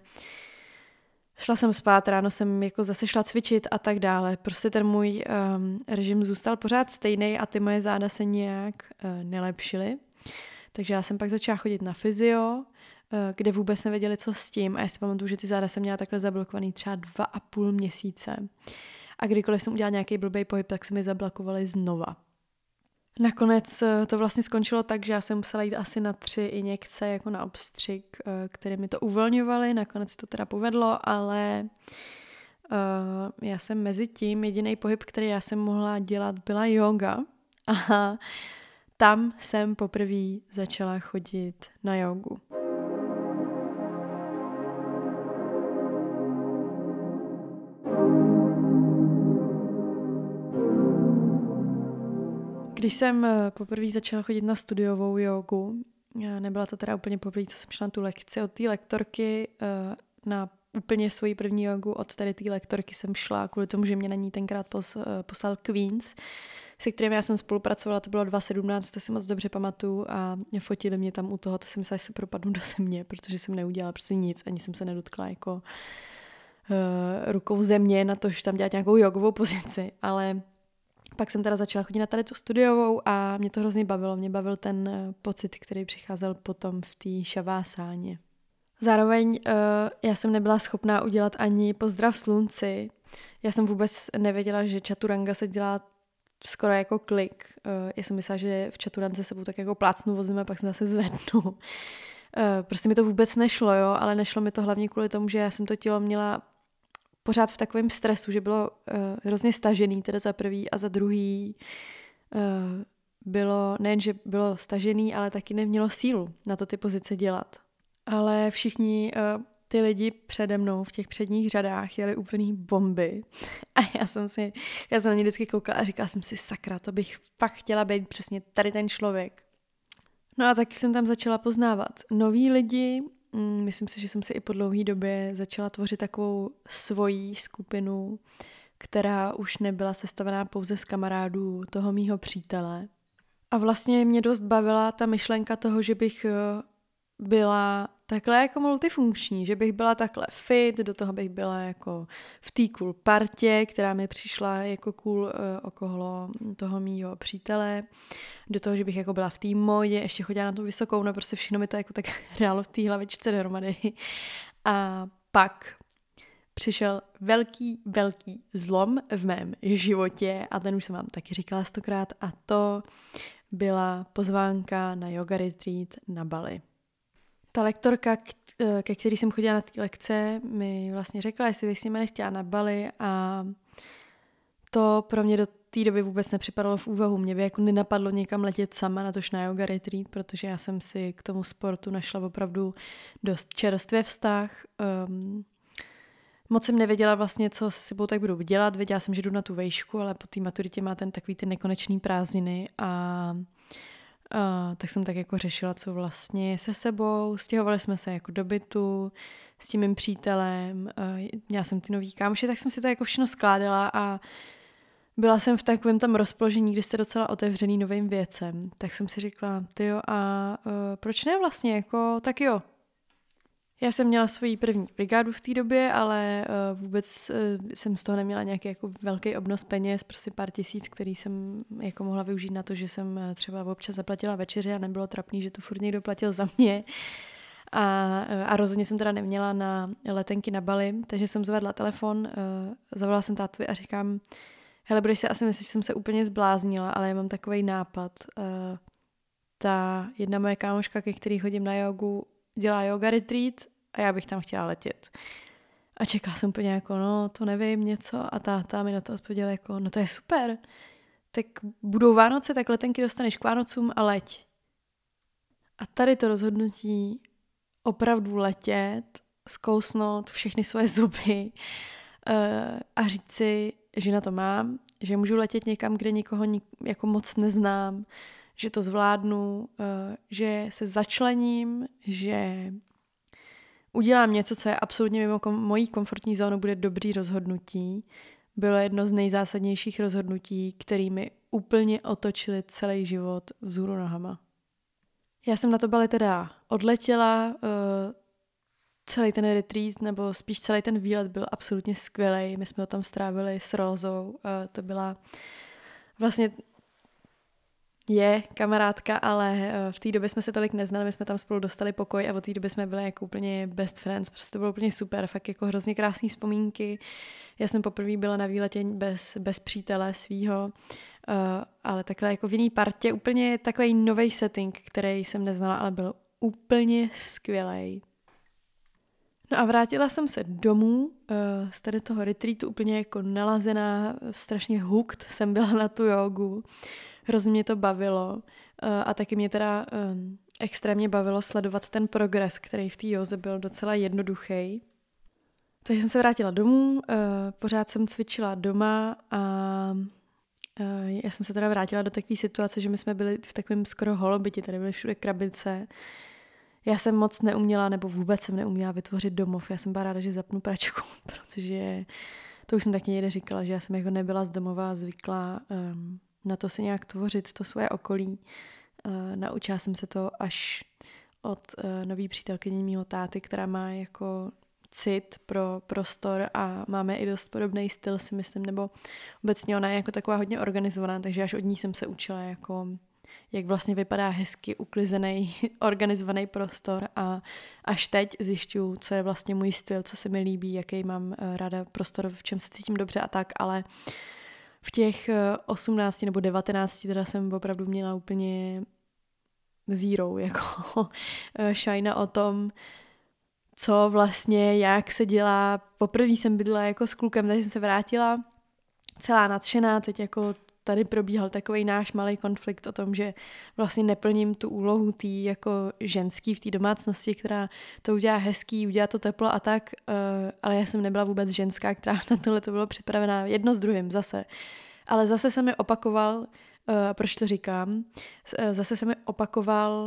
šla jsem spát, ráno jsem jako zase šla cvičit a tak dále. Prostě ten můj režim zůstal pořád stejný a ty moje záda se nějak nelepšily. Takže já jsem pak začala chodit na fyzio, kde vůbec nevěděli, co s tím a já si pamatuju, že ty záda jsem měla takhle zablokovaný třeba 2,5 měsíce. A kdykoliv jsem udělala nějaký blbý pohyb, tak se mi zablokovaly znova. Nakonec to vlastně skončilo tak, že já jsem musela jít asi na 3 injekce jako na obstřik, které mi to uvolňovaly. Nakonec to teda povedlo, ale já jsem mezi tím, jediný pohyb, který já jsem mohla dělat, byla yoga. A tam jsem poprvé začala chodit na jogu. Když jsem poprvé začala chodit na studiovou jogu, nebyla to teda úplně poprvé, co jsem šla na tu lekci od té lektorky, na úplně svoji první jogu od tady té lektorky jsem šla kvůli tomu, že mě na ní tenkrát poslal Queens, se kterým já jsem spolupracovala, to bylo 2017, to si moc dobře pamatuju a fotili mě tam u toho, to jsem myslela, že se propadnu do země, protože jsem neudělala prostě nic, ani jsem se nedotkla jako rukou země na to, že tam dělat nějakou jogovou pozici, ale pak jsem teda začala chodit na tady tu studiovou a mě to hrozně bavilo. Mě bavil ten pocit, který přicházel potom v té šavásáně. Zároveň já jsem nebyla schopná udělat ani pozdrav slunci. Já jsem vůbec nevěděla, že chaturanga se dělá skoro jako klik. Já jsem myslela, že v chaturance sebou tak jako plácnu vozem a pak se zase zvednu. Prostě mi to vůbec nešlo, jo, ale nešlo mi to hlavně kvůli tomu, že já jsem to tělo měla pořád v takovém stresu, že bylo hrozně stažený, teda za prvý a za druhý bylo, nejen, že bylo stažený, ale taky nemělo sílu na to ty pozice dělat. Ale všichni ty lidi přede mnou v těch předních řadách jeli úplný bomby a já jsem na ně vždycky koukala a říkala jsem si, sakra, to bych fakt chtěla být přesně tady ten člověk. No a taky jsem tam začala poznávat nový lidi. Myslím si, že jsem si i po dlouhé době začala tvořit takovou svoji skupinu, která už nebyla sestavená pouze z kamarádů toho mýho přítele. A vlastně mě dost bavila ta myšlenka toho, že bych byla takhle jako multifunkční, že bych byla takhle fit, do toho bych byla jako v té cool partě, která mi přišla jako cool okolo toho mýho přítele, do toho, že bych jako byla v té módě, ještě chodila na tu vysokou, no prostě všechno mi to jako tak hrálo v té hlavičce dohromady. A pak přišel velký zlom v mém životě a ten už jsem vám taky říkala 100krát a to byla pozvánka na yoga retreat na Bali. Ta lektorka, ke který jsem chodila na ty lekce, mi vlastně řekla, jestli bych s nimi nechtěla na Bali a to pro mě do té doby vůbec nepřipadalo v úvahu. Mě by jako nenapadlo někam letět sama, natož na yoga retreat, protože já jsem si k tomu sportu našla opravdu dost čerstvě vztah. Moc jsem nevěděla vlastně, co se sebou tak budu dělat. Věděla jsem, že jdu na tu vejšku, ale po té maturitě má takový ty nekonečný prázdniny a tak jsem tak jako řešila, co vlastně se sebou. Stěhovali jsme se jako do bytu s tím mým přítelem. Měla jsem ty nový kámoši, tak jsem si to jako všechno skládala a byla jsem v takovém tam rozpoložení, kdy jste docela otevřený novým věcem. Tak jsem si říkala, tyjo, a proč ne vlastně, jako, tak jo. Já jsem měla svoji první brigádu v té době, ale vůbec jsem z toho neměla nějaký jako velký obnos peněz, prostě pár tisíc, který jsem jako mohla využít na to, že jsem třeba občas zaplatila večeři a nebylo trapný, že to furt někdo platil za mě. A rozhodně jsem teda neměla na letenky na Bali, takže jsem zvedla telefon, zavolala jsem tátovi a říkám, hele, budeš si asi myslet, že jsem se úplně zbláznila, ale já mám takovej nápad. Ta jedna moje kámoška, ke který chodím na jogu, dělá yoga retreat a já bych tam chtěla letět. A čekala jsem úplně jako, no to nevím, něco a táta mi na to odpověděla jako, no to je super, tak budou Vánoce, tak letenky dostaneš k Vánocům a leď. A tady to rozhodnutí opravdu letět, zkousnout všechny svoje zuby a říct si, že na to mám, že můžu letět někam, kde nikoho jako moc neznám, že to zvládnu, že se začlením, že udělám něco, co je absolutně mimo mojí komfortní zónu, bude dobrý rozhodnutí. Bylo jedno z nejzásadnějších rozhodnutí, kterými úplně otočili celý život vzhůru nohama. Já jsem na to Bali teda odletěla, celý ten retreat, nebo spíš celý ten výlet byl absolutně skvělej. My jsme ho tam strávili s Rózou. To byla vlastně je kamarádka, ale v té době jsme se tolik neznali, my jsme tam spolu dostali pokoj a od té doby jsme byli jako úplně best friends. Prostě to bylo úplně super, fakt jako hrozně krásné vzpomínky. Já jsem poprvé byla na výletě bez přítele svýho, ale takhle jako v jiný partě, úplně takový nový setting, který jsem neznala, ale byl úplně skvělej. No a vrátila jsem se domů z tady toho retreatu úplně jako nalazená, strašně hooked jsem byla na tu jogu. Hrozně mě to bavilo a taky mě teda extrémně bavilo sledovat ten progres, který v té józe byl docela jednoduchý. Takže jsem se vrátila domů, pořád jsem cvičila doma a já jsem se teda vrátila do takové situace, že my jsme byli v takovém skoro holobytě, tady byly všude krabice. Já jsem moc neuměla, nebo vůbec jsem neuměla vytvořit domov. Já jsem byla ráda, že zapnu pračku, protože to už jsem tak někde říkala, že já jsem jako nebyla z domova zvyklá na to si nějak tvořit to svoje okolí. Naučila jsem se to až od nový přítelkyně mýho táty, která má jako cit pro prostor a máme i dost podobný styl, si myslím, nebo obecně ona je jako taková hodně organizovaná, takže až od ní jsem se učila jako jak vlastně vypadá hezky uklizený, organizovaný prostor a až teď zjišťuju, co je vlastně můj styl, co se mi líbí, jaký mám ráda prostor, v čem se cítím dobře a tak, ale v těch 18 nebo 19 teda jsem opravdu měla úplně zero, jako šajna o tom, co vlastně, jak se dělá. Poprvé jsem bydlela jako s klukem, takže jsem se vrátila celá nadšená, teď jako tady probíhal takový náš malý konflikt o tom, že vlastně neplním tu úlohu tý jako ženský v té domácnosti, která to udělá hezký, udělá to teplo a tak, ale já jsem nebyla vůbec ženská, která na tohle to bylo připravená jedno s druhým zase. Ale zase se mi opakoval, proč to říkám, zase se mi opakoval,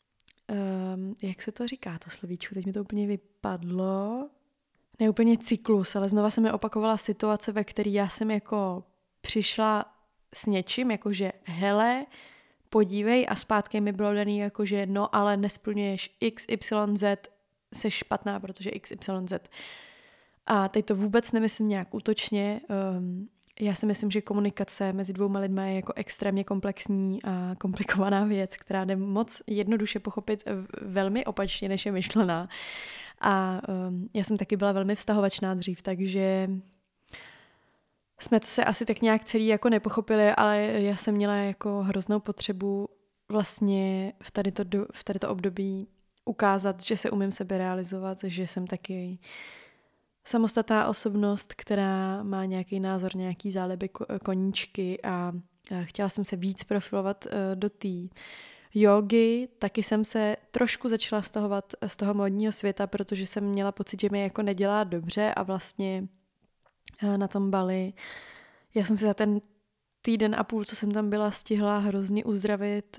jak se to říká to slovíčko, teď mi to úplně vypadlo, ne úplně cyklus, ale znova se mi opakovala situace, ve které já jsem jako přišla s něčím, jakože hele, podívej, a zpátky mi bylo daný jako, že no, ale nesplňuješ XYZ, jsi špatná, protože XYZ. A teď to vůbec nemyslím nějak útočně. Já si myslím, že komunikace mezi dvouma lidma je jako extrémně komplexní a komplikovaná věc, která jde moc jednoduše pochopit velmi opačně, než je myšlená. A já jsem taky byla velmi vztahovačná dřív, takže jsme to se asi tak nějak celý jako nepochopili, ale já jsem měla jako hroznou potřebu vlastně v tady to období ukázat, že se umím sebe realizovat, že jsem taky samostatná osobnost, která má nějaký názor, nějaký záleby, koníčky a chtěla jsem se víc profilovat do té jógy. Taky jsem se trošku začala stahovat z toho módního světa, protože jsem měla pocit, že mi jako nedělá dobře a vlastně na tom Bali já jsem si za ten týden a půl, co jsem tam byla, stihla hrozně uzdravit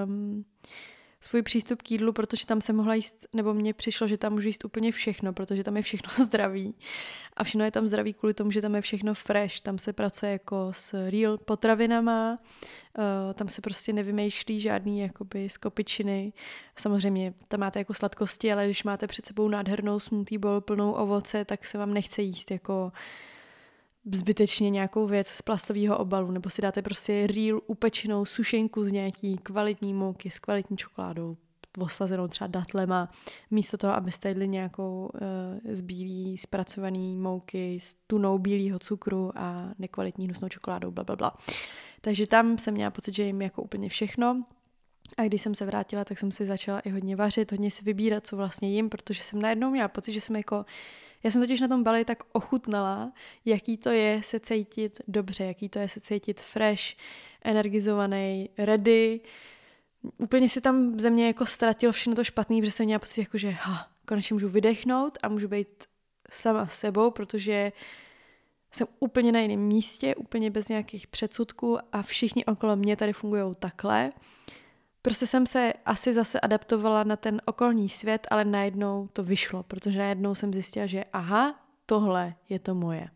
svůj přístup k jídlu, protože tam jsem mohla jíst, nebo mně přišlo, že tam můžu jíst úplně všechno, protože tam je všechno zdravý. A všechno je tam zdravý kvůli tomu, že tam je všechno fresh. Tam se pracuje jako s real potravinama, tam se prostě nevymýšlí žádný jakoby skopičiny. Samozřejmě tam máte jako sladkosti, ale když máte před sebou nádhernou smoothie bowl plnou ovoce, tak se vám nechce jíst jako zbytečně nějakou věc z plastového obalu, nebo si dáte prostě real upečenou sušenku z nějaký kvalitní mouky s kvalitní čokoládou, oslazenou třeba datlema, místo toho, abyste jedli nějakou z bílý zpracovaný mouky s tunou bílýho cukru a nekvalitní hnusnou čokoládou, blablabla. Takže tam jsem měla pocit, že jim jako úplně všechno. A když jsem se vrátila, tak jsem si začala i hodně vařit, hodně si vybírat, co vlastně jim, protože jsem najednou měla pocit, že jsem jako já jsem totiž na tom Bali tak ochutnala, jaký to je se cítit dobře, jaký to je se cítit fresh, energizovaný, ready. Úplně si tam ze mě jako ztratil všechno to špatný, protože jsem měla pocit, jako, že konečně můžu vydechnout a můžu být sama s sebou, protože jsem úplně na jiném místě, úplně bez nějakých předsudků a všichni okolo mě tady fungují takhle. Prostě jsem se asi zase adaptovala na ten okolní svět, ale najednou to vyšlo, protože najednou jsem zjistila, že aha, tohle je to moje.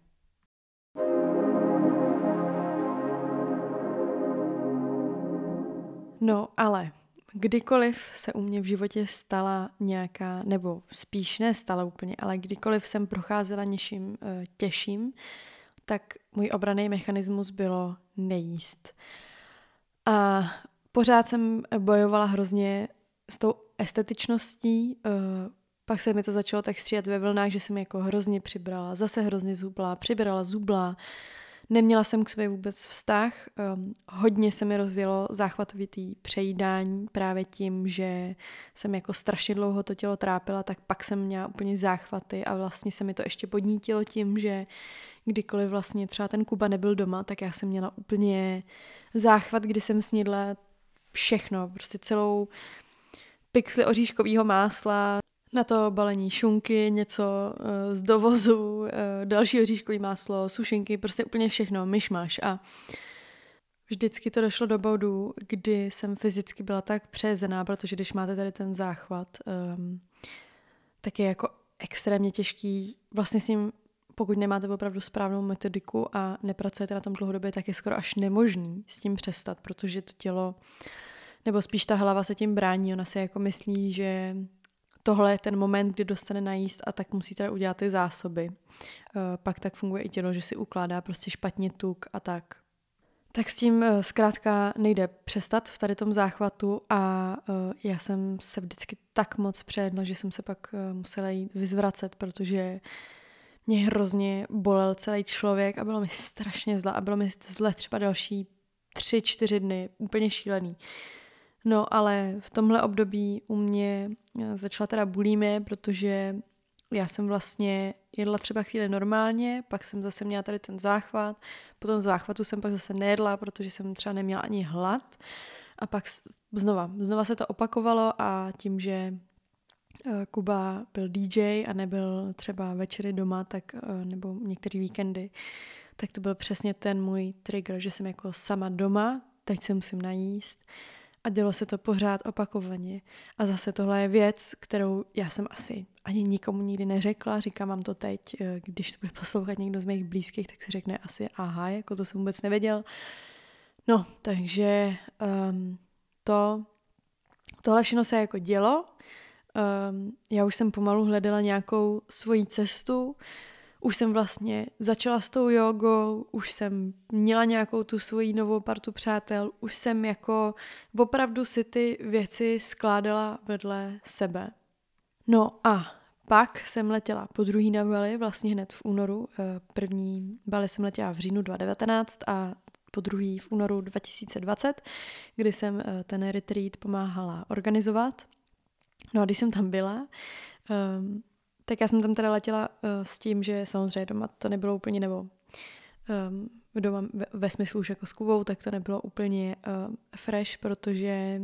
No, ale kdykoliv se u mě v životě stala nějaká, nebo spíš ne stala úplně, ale kdykoliv jsem procházela něčím těžším, tak můj obranný mechanismus bylo nejíst. A pořád jsem bojovala hrozně s tou estetičností, pak se mi to začalo tak střídat ve vlnách, že jsem jako hrozně přibrala, zase hrozně zubla, přibrala zubla, neměla jsem k sobě vůbec vztah, hodně se mi rozjelo záchvatovitý přejídání právě tím, že jsem jako strašně dlouho to tělo trápila, tak pak jsem měla úplně záchvaty a vlastně se mi to ještě podnítilo tím, že kdykoliv vlastně třeba ten Kuba nebyl doma, tak já jsem měla úplně záchvat, kdy jsem snědla všechno, prostě celou pixli oříškového másla, na to balení šunky, něco z dovozu, další oříškový máslo, sušenky, prostě úplně všechno, myšmaš. A vždycky to došlo do bodu, kdy jsem fyzicky byla tak přejezená, protože když máte tady ten záchvat, tak je jako extrémně těžký vlastně s ním, pokud nemáte opravdu správnou metodiku a nepracujete na tom dlouhodobě, tak je skoro až nemožný s tím přestat, protože to tělo, nebo spíš ta hlava se tím brání, ona si jako myslí, že tohle je ten moment, kdy dostane najíst a tak musí teda udělat ty zásoby. Pak tak funguje i tělo, že si ukládá prostě špatně tuk a tak. Tak s tím zkrátka nejde přestat v tady tom záchvatu a já jsem se vždycky tak moc přejedla, že jsem se pak musela jít vyzvracet, protože mě hrozně bolel celý člověk a bylo mi strašně zle a bylo mi zle třeba další 3-4 dny, úplně šílený. No ale v tomhle období u mě začala teda bulimie, protože já jsem vlastně jedla třeba chvíli normálně, pak jsem zase měla tady ten záchvat, po tom záchvatu jsem pak zase nejedla, protože jsem třeba neměla ani hlad a pak znova se to opakovalo a tím, že Kuba byl DJ a nebyl třeba večery doma, tak, nebo některé víkendy, tak to byl přesně ten můj trigger, že jsem jako sama doma, teď se musím najíst a dělo se to pořád opakovaně. A zase tohle je věc, kterou já jsem asi ani nikomu nikdy neřekla, říkám vám to teď, když to bude poslouchat někdo z mých blízkých, tak si řekne asi aha, jako to jsem vůbec nevěděl. No, takže tohle všechno se jako dělo. Já už jsem pomalu hledala nějakou svoji cestu, už jsem vlastně začala s tou jogou, už jsem měla nějakou tu svoji novou partu přátel, už jsem jako opravdu si ty věci skládala vedle sebe. No a pak jsem letěla po druhý na Bali, vlastně hned v únoru. První Bali jsem letěla v říjnu 2019 a po druhý v únoru 2020, kdy jsem ten retreat pomáhala organizovat. No a když jsem tam byla, tak já jsem tam teda letěla s tím, že samozřejmě doma to nebylo úplně, nebo doma ve smyslu už jako s Kubou, tak to nebylo úplně fresh, protože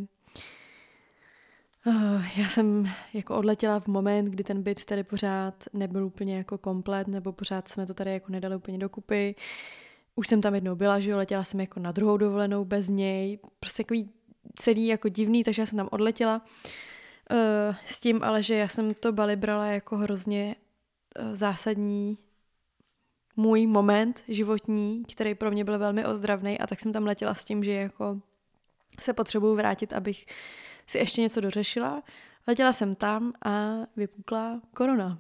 já jsem jako odletěla v moment, kdy ten byt tady pořád nebyl úplně jako komplet, nebo pořád jsme to tady jako nedali úplně dokupy. Už jsem tam jednou byla, že jo, letěla jsem jako na druhou dovolenou bez něj, prostě takový celý jako divný, takže já jsem tam odletěla s tím, ale že já jsem to Bali brala jako hrozně zásadní můj moment životní, který pro mě byl velmi ozdravný, a tak jsem tam letěla s tím, že jako se potřebuju vrátit, abych si ještě něco dořešila. Letěla jsem tam a vypukla korona.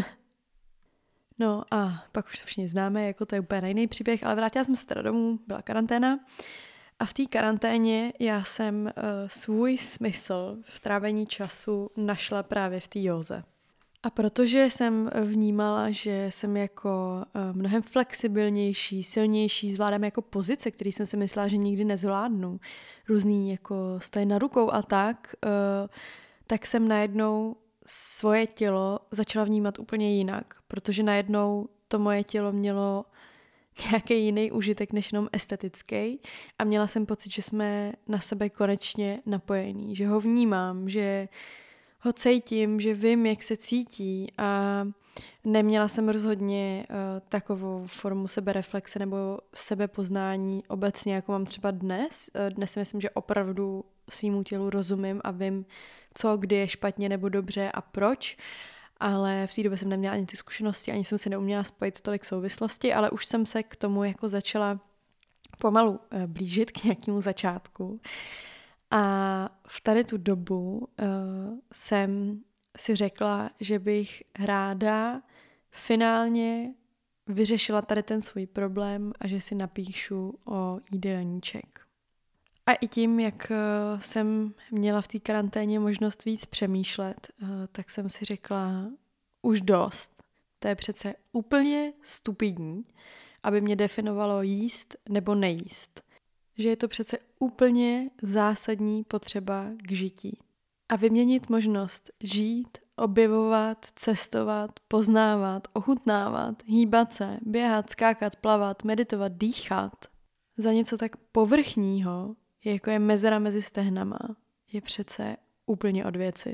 No a pak už to všichni známe, jako to je úplně jiný příběh, ale vrátila jsem se teda domů, byla karanténa a v té karanténě já jsem svůj smysl v trávení času našla právě v té józe. A protože jsem vnímala, že jsem jako mnohem flexibilnější, silnější, zvládám jako pozice, které jsem si myslela, že nikdy nezvládnu, různý jako stojí na rukou a tak jsem najednou svoje tělo začala vnímat úplně jinak, protože najednou to moje tělo mělo nějaký jiný užitek než jenom estetický a měla jsem pocit, že jsme na sebe konečně napojení, že ho vnímám, že ho cítím, že vím, jak se cítí, a neměla jsem rozhodně takovou formu sebereflexe nebo sebepoznání obecně, jako mám třeba dnes. Dnes si myslím, že opravdu svýmu tělu rozumím a vím, co, kdy je špatně nebo dobře a proč, ale v té době jsem neměla ani ty zkušenosti, ani jsem si neuměla spojit tolik souvislosti, ale už jsem se k tomu jako začala pomalu blížit k nějakému začátku. A v tady tu dobu jsem si řekla, že bych ráda finálně vyřešila tady ten svůj problém a že si napíšu o jídelníček. A i tím, jak jsem měla v té karanténě možnost víc přemýšlet, tak jsem si řekla, už dost. To je přece úplně stupidní, aby mě definovalo jíst nebo nejíst. Že je to přece úplně zásadní potřeba k žití. A vyměnit možnost žít, objevovat, cestovat, poznávat, ochutnávat, hýbat se, běhat, skákat, plavat, meditovat, dýchat za něco tak povrchního, jako je mezera mezi stehnama, je přece úplně od věci.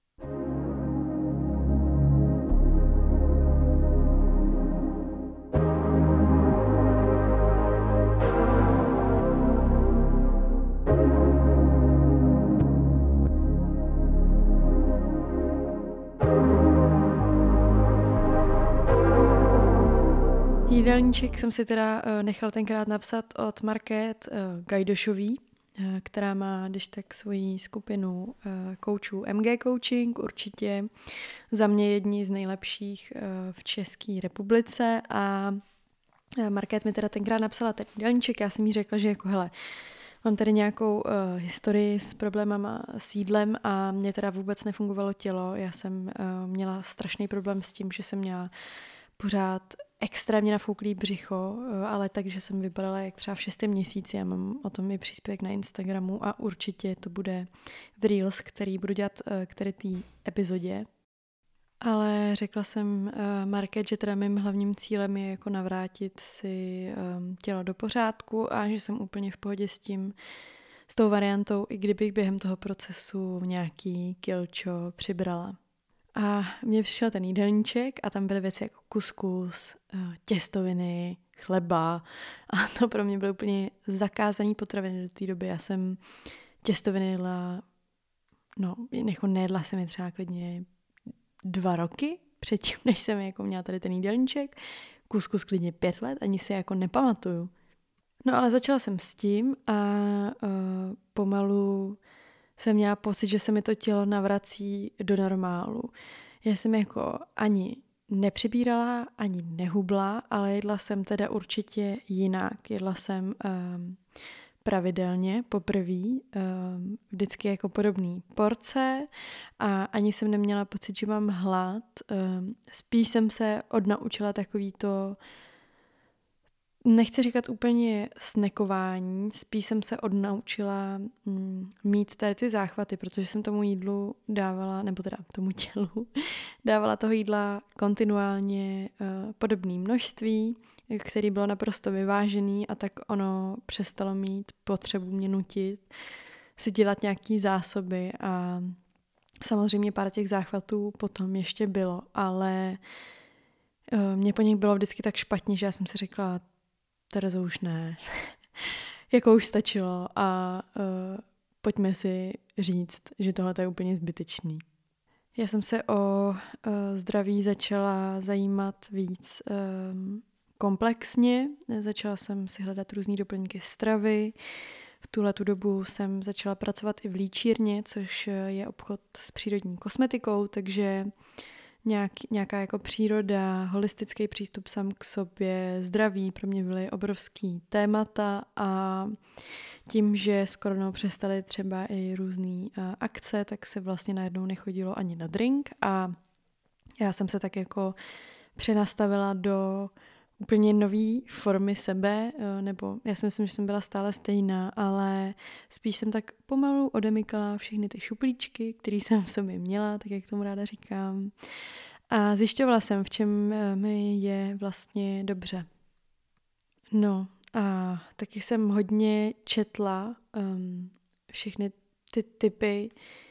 Jídelníček jsem si teda nechal tenkrát napsat od Markéty Gajdošový, která má když tak svoji skupinu koučů MG Coaching, určitě za mě jedni z nejlepších v České republice, a Markét mi teda tenkrát napsala ten jídelníček. Já jsem jí řekla, že jako hele, mám tady nějakou historii s problémama s jídlem a mě teda vůbec nefungovalo tělo. Já jsem měla strašný problém s tím, že jsem měla pořád extrémně nafouklý břicho, ale takže jsem vypadala jak třeba v 6. měsíci. Já mám o tom i příspěvek na Instagramu a určitě to bude v Reels, který budu dělat k té epizodě. Ale řekla jsem Market, že teda mým hlavním cílem je jako navrátit si tělo do pořádku a že jsem úplně v pohodě s tou variantou, i kdybych během toho procesu nějaký kilčo přibrala. A mně přišel ten jídelníček a tam byly věci jako kuskus, těstoviny, chleba a to pro mě byly úplně zakázané potraviny do té doby. Já jsem těstoviny jedla, jako nejedla jsem je třeba klidně 2 roky předtím, než jsem jako měla tady ten jídelníček. Kuskus klidně 5 let, ani si jako nepamatuju. No ale začala jsem s tím a pomalu jsem měla pocit, že se mi to tělo navrací do normálu. Já jsem jako ani nepřibírala, ani nehubla, ale jedla jsem teda určitě jinak. Jedla jsem pravidelně, poprvé, vždycky jako podobný porce a ani jsem neměla pocit, že mám hlad. Spíš jsem se odnaučila takový to, nechci říkat úplně snekování, spíš jsem se odnaučila mít tady ty záchvaty, protože jsem tomu jídlu dávala, nebo teda tomu tělu, dávala toho jídla kontinuálně podobné množství, který bylo naprosto vyvážený a tak ono přestalo mít potřebu mě nutit si dělat nějaký zásoby a samozřejmě pár těch záchvatů potom ještě bylo, ale mě po nich bylo vždycky tak špatně, že já jsem si řekla, Terezo, už ne. Jako už stačilo a pojďme si říct, že tohle je úplně zbytečný. Já jsem se o zdraví začala zajímat víc komplexně. Začala jsem si hledat různý doplňky stravy. V tuhletu dobu jsem začala pracovat i v líčírně, což je obchod s přírodní kosmetikou, takže nějaká jako příroda, holistický přístup sám k sobě, zdraví pro mě byly obrovský témata a tím, že s koronou přestaly třeba i různý akce, tak se vlastně najednou nechodilo ani na drink a já jsem se tak jako přenastavila do úplně nový formy sebe, nebo já si myslím, že jsem byla stále stejná, ale spíš jsem tak pomalu odemykala všechny ty šuplíčky, které jsem v sobě měla, tak jak tomu ráda říkám. A zjišťovala jsem, v čem mi je vlastně dobře. No a taky jsem hodně četla všechny ty typy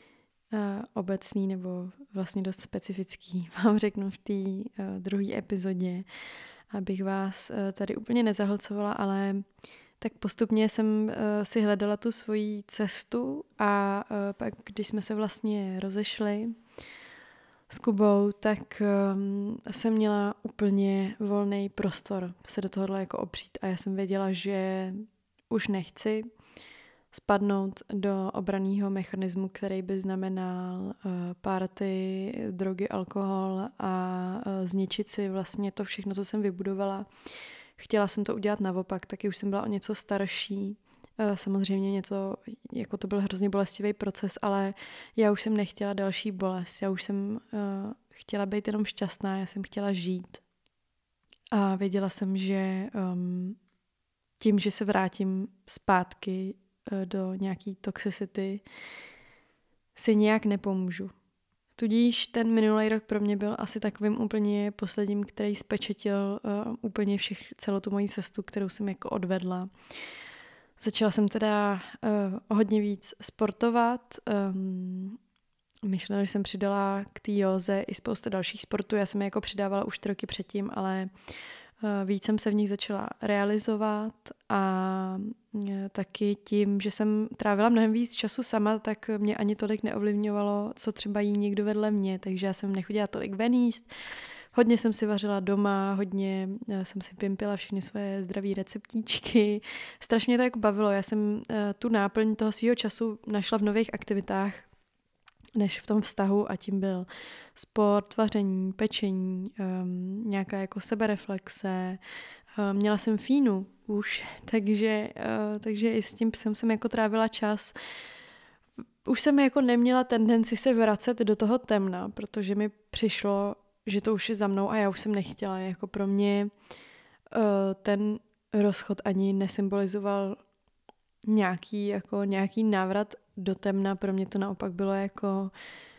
obecný nebo vlastně dost specifický, vám řeknu v té druhé epizodě, abych vás tady úplně nezahlcovala, ale tak postupně jsem si hledala tu svoji cestu a pak, když jsme se vlastně rozešli s Kubou, tak jsem měla úplně volný prostor se do tohohle jako opřít a já jsem věděla, že už nechci spadnout do obranného mechanismu, který by znamenal party, drogy, alkohol a zničit si vlastně to všechno, co jsem vybudovala. Chtěla jsem to udělat naopak, taky už jsem byla o něco starší. Samozřejmě jako to byl hrozně bolestivý proces, ale já už jsem nechtěla další bolest. Já už jsem chtěla být jenom šťastná, já jsem chtěla žít. A věděla jsem, že tím, že se vrátím zpátky do nějaký toxicity, si nějak nepomůžu. Tudíž ten minulý rok pro mě byl asi takovým úplně posledním, který spečetil úplně celou tu moji cestu, kterou jsem jako odvedla. Začala jsem teda hodně víc sportovat. Myšleno, že jsem přidala k té józe i spoustu dalších sportů. Já jsem je jako přidávala už 3 roky předtím, ale víc jsem se v nich začala realizovat a taky tím, že jsem trávila mnohem víc času sama, tak mě ani tolik neovlivňovalo, co třeba jí někdo vedle mě, takže já jsem nechodila tolik ven jíst. Hodně jsem si vařila doma, hodně jsem si pimpila všechny svoje zdraví receptíčky. Strašně mě to jako bavilo. Já jsem tu náplň toho svýho času našla v nových aktivitách, než v tom vztahu a tím byl sport, vaření, pečení, nějaká jako sebereflexe. Měla jsem fínu už, takže i s tím psem jsem jako trávila čas. Už jsem jako neměla tendenci se vracet do toho temna, protože mi přišlo, že to už je za mnou a já už jsem nechtěla. Jako pro mě ten rozchod ani nesymbolizoval nějaký návrat do temna. Pro mě to naopak bylo jako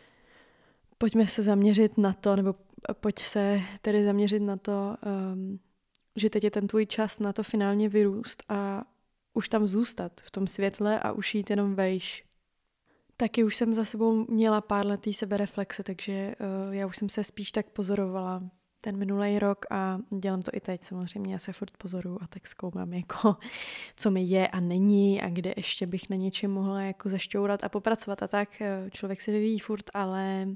pojďme se zaměřit na to, nebo pojď se tedy zaměřit na to, že teď je ten tvůj čas na to finálně vyrůst a už tam zůstat v tom světle a už jít jenom vejš. Taky už jsem za sebou měla pár letý sebereflexe, takže já už jsem se spíš tak pozorovala ten minulý rok a dělám to i teď samozřejmě. Já se furt pozoruju a tak zkoumám, jako, co mi je a není a kde ještě bych na něčem mohla jako zašťourat a popracovat a tak. Člověk se vyvíjí furt, ale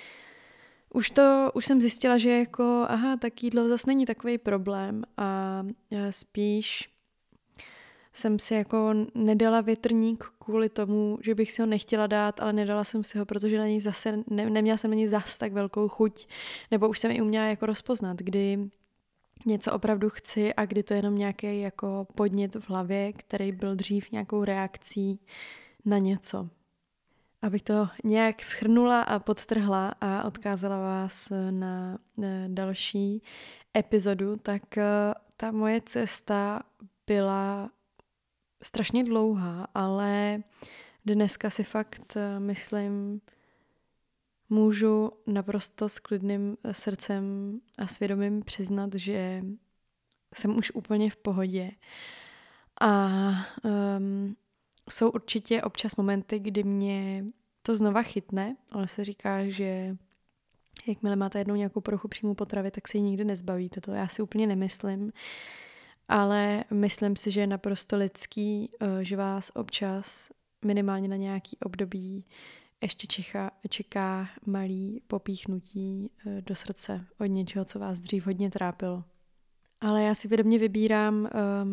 už jsem zjistila, že jako, tak jídlo zase není takový problém a spíš jsem si jako nedala větrník kvůli tomu, že bych si ho nechtěla dát, ale nedala jsem si ho, protože na něj zase neměla jsem na něj zas tak velkou chuť, nebo už jsem ji uměla jako rozpoznat, kdy něco opravdu chci a kdy to je jenom nějaký jako podnět v hlavě, který byl dřív nějakou reakcí na něco. Abych to nějak shrnula a podtrhla a odkázala vás na další epizodu, tak ta moje cesta byla strašně dlouhá, ale dneska si fakt myslím, můžu naprosto s klidným srdcem a svědomím přiznat, že jsem už úplně v pohodě. A jsou určitě občas momenty, kdy mě to znova chytne, ale se říká, že jakmile máte jednou nějakou poruchu příjmu potravy, tak se ji nikdy nezbavíte. To já si úplně nemyslím, ale myslím si, že je naprosto lidský, že vás občas minimálně na nějaký období ještě čeká malý popíchnutí do srdce od něčeho, co vás dřív hodně trápilo. Ale já si vědomě vybírám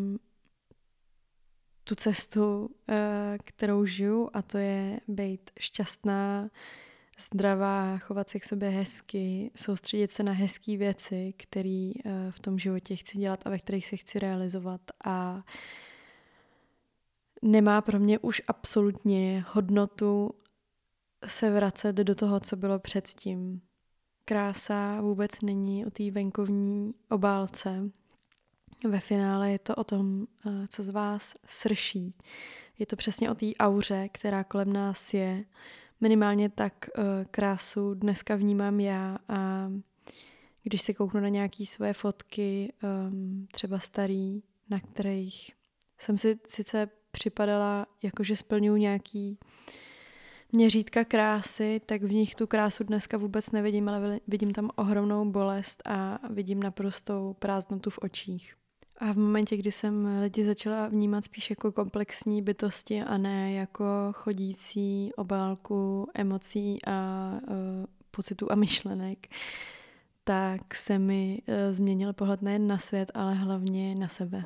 tu cestu, kterou žiju, a to je být šťastná, zdravá, chovat se k sobě hezky, soustředit se na hezké věci, které v tom životě chci dělat a ve kterých se chci realizovat. A nemá pro mě už absolutně hodnotu se vracet do toho, co bylo předtím. Krása vůbec není o té venkovní obálce. Ve finále je to o tom, co z vás srší. Je to přesně o té auře, která kolem nás je. Minimálně tak krásu dneska vnímám já, a když se kouknu na nějaké svoje fotky, třeba starý, na kterých jsem si sice připadala, jakože splňuji nějaký měřítka krásy, tak v nich tu krásu dneska vůbec nevidím, ale vidím tam ohromnou bolest a vidím naprostou prázdnotu v očích. A v momentě, kdy jsem lidi začala vnímat spíš jako komplexní bytosti a ne jako chodící obálku emocí a pocitů a myšlenek, tak se mi změnil pohled nejen na svět, ale hlavně na sebe.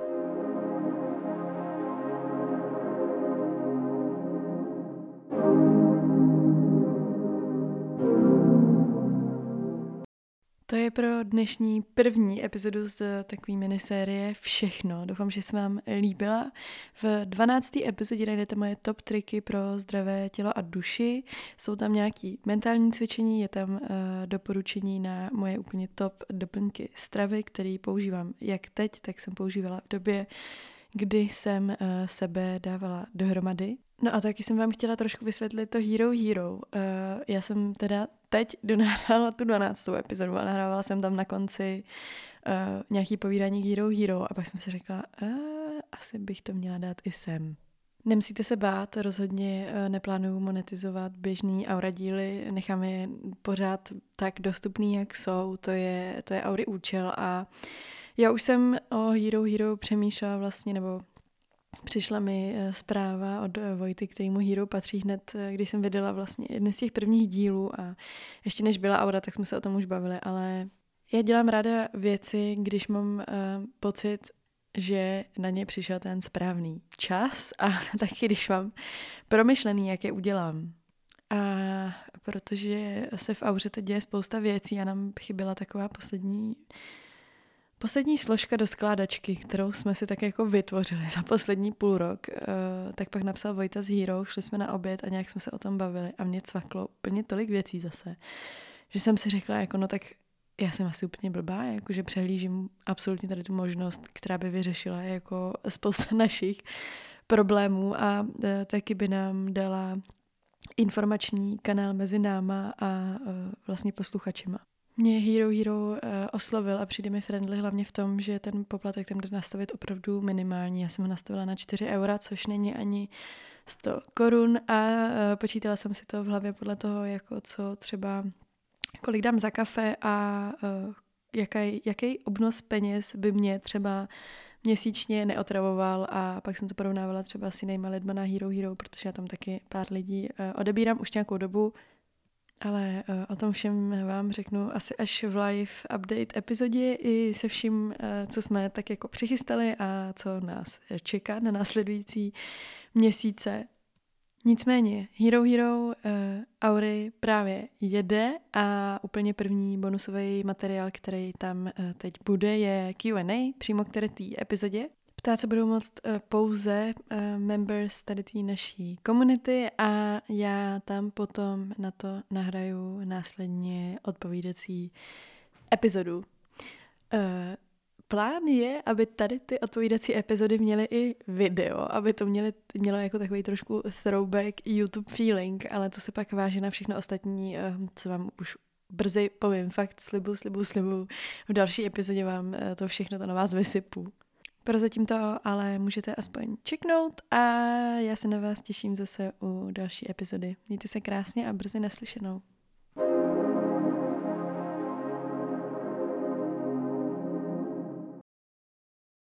To je pro dnešní první epizodu z takové minisérie všechno. Doufám, že se vám líbila. V 12. epizodě najdete moje top triky pro zdravé tělo a duši. Jsou tam nějaké mentální cvičení, je tam doporučení na moje úplně top doplňky stravy, které používám jak teď, tak jsem používala v době, kdy jsem sebe dávala dohromady. No a taky jsem vám chtěla trošku vysvětlit to Hero Hero. Já jsem teda teď donahrála tu 12. epizodu a nahrávala jsem tam na konci nějaký povídání Hero Hero a pak jsem si řekla, asi bych to měla dát i sem. Nemusíte se bát, rozhodně neplánuju monetizovat běžný aura díly, nechám je pořád tak dostupný, jak jsou, to je aury účel. A já už jsem o Hero Hero přemýšlela vlastně, nebo přišla mi zpráva od Vojty, kterýmu Hero patří hned, když jsem vydala vlastně jeden z těch prvních dílů, a ještě než byla aura, tak jsme se o tom už bavili, ale já dělám ráda věci, když mám pocit, že na ně přišel ten správný čas, a taky když mám promyšlený, jak je udělám. A protože se v auře teď děje spousta věcí a nám chyběla taková poslední složka do skládačky, kterou jsme si tak jako vytvořili za poslední půl rok, tak pak napsal Vojta z Hero, šli jsme na oběd a nějak jsme se o tom bavili a mě cvaklo úplně tolik věcí zase, že jsem si řekla, jako no tak já jsem asi úplně blbá, jakože přehlížím absolutně tady tu možnost, která by vyřešila jako spousta našich problémů a taky by nám dala informační kanál mezi náma a vlastně posluchačima. Mě Hero Hero oslovil a přijde mi friendly hlavně v tom, že ten poplatek tam jde nastavit opravdu minimální. Já jsem ho nastavila na 4 eura, což není ani 100 korun, a počítala jsem si to v hlavě podle toho, jako co třeba, kolik dám za kafe a jaký obnos peněz by mě třeba měsíčně neotravoval, a pak jsem to porovnávala třeba s jinýma lidma na Hero Hero, protože já tam taky pár lidí odebírám už nějakou dobu. Ale o tom všem vám řeknu asi až v live update epizodě i se vším, co jsme tak jako přichystali a co nás čeká na následující měsíce. Nicméně Hero Aury právě jede a úplně první bonusový materiál, který tam teď bude, je Q&A přímo k té epizodě. Ptát se budou moct pouze members tady té naší komunity a já tam potom na to nahraju následně odpovídací epizodu. Plán je, aby tady ty odpovídací epizody měly i video, aby to mělo jako takový trošku throwback YouTube feeling, ale to se pak váže na všechno ostatní, co vám už brzy povím, fakt slibuju. V další epizodě vám to všechno to na vás vysypu. Prozatím to ale můžete aspoň checknout a já se na vás těším zase u další epizody. Mějte se krásně a brzy naslyšenou.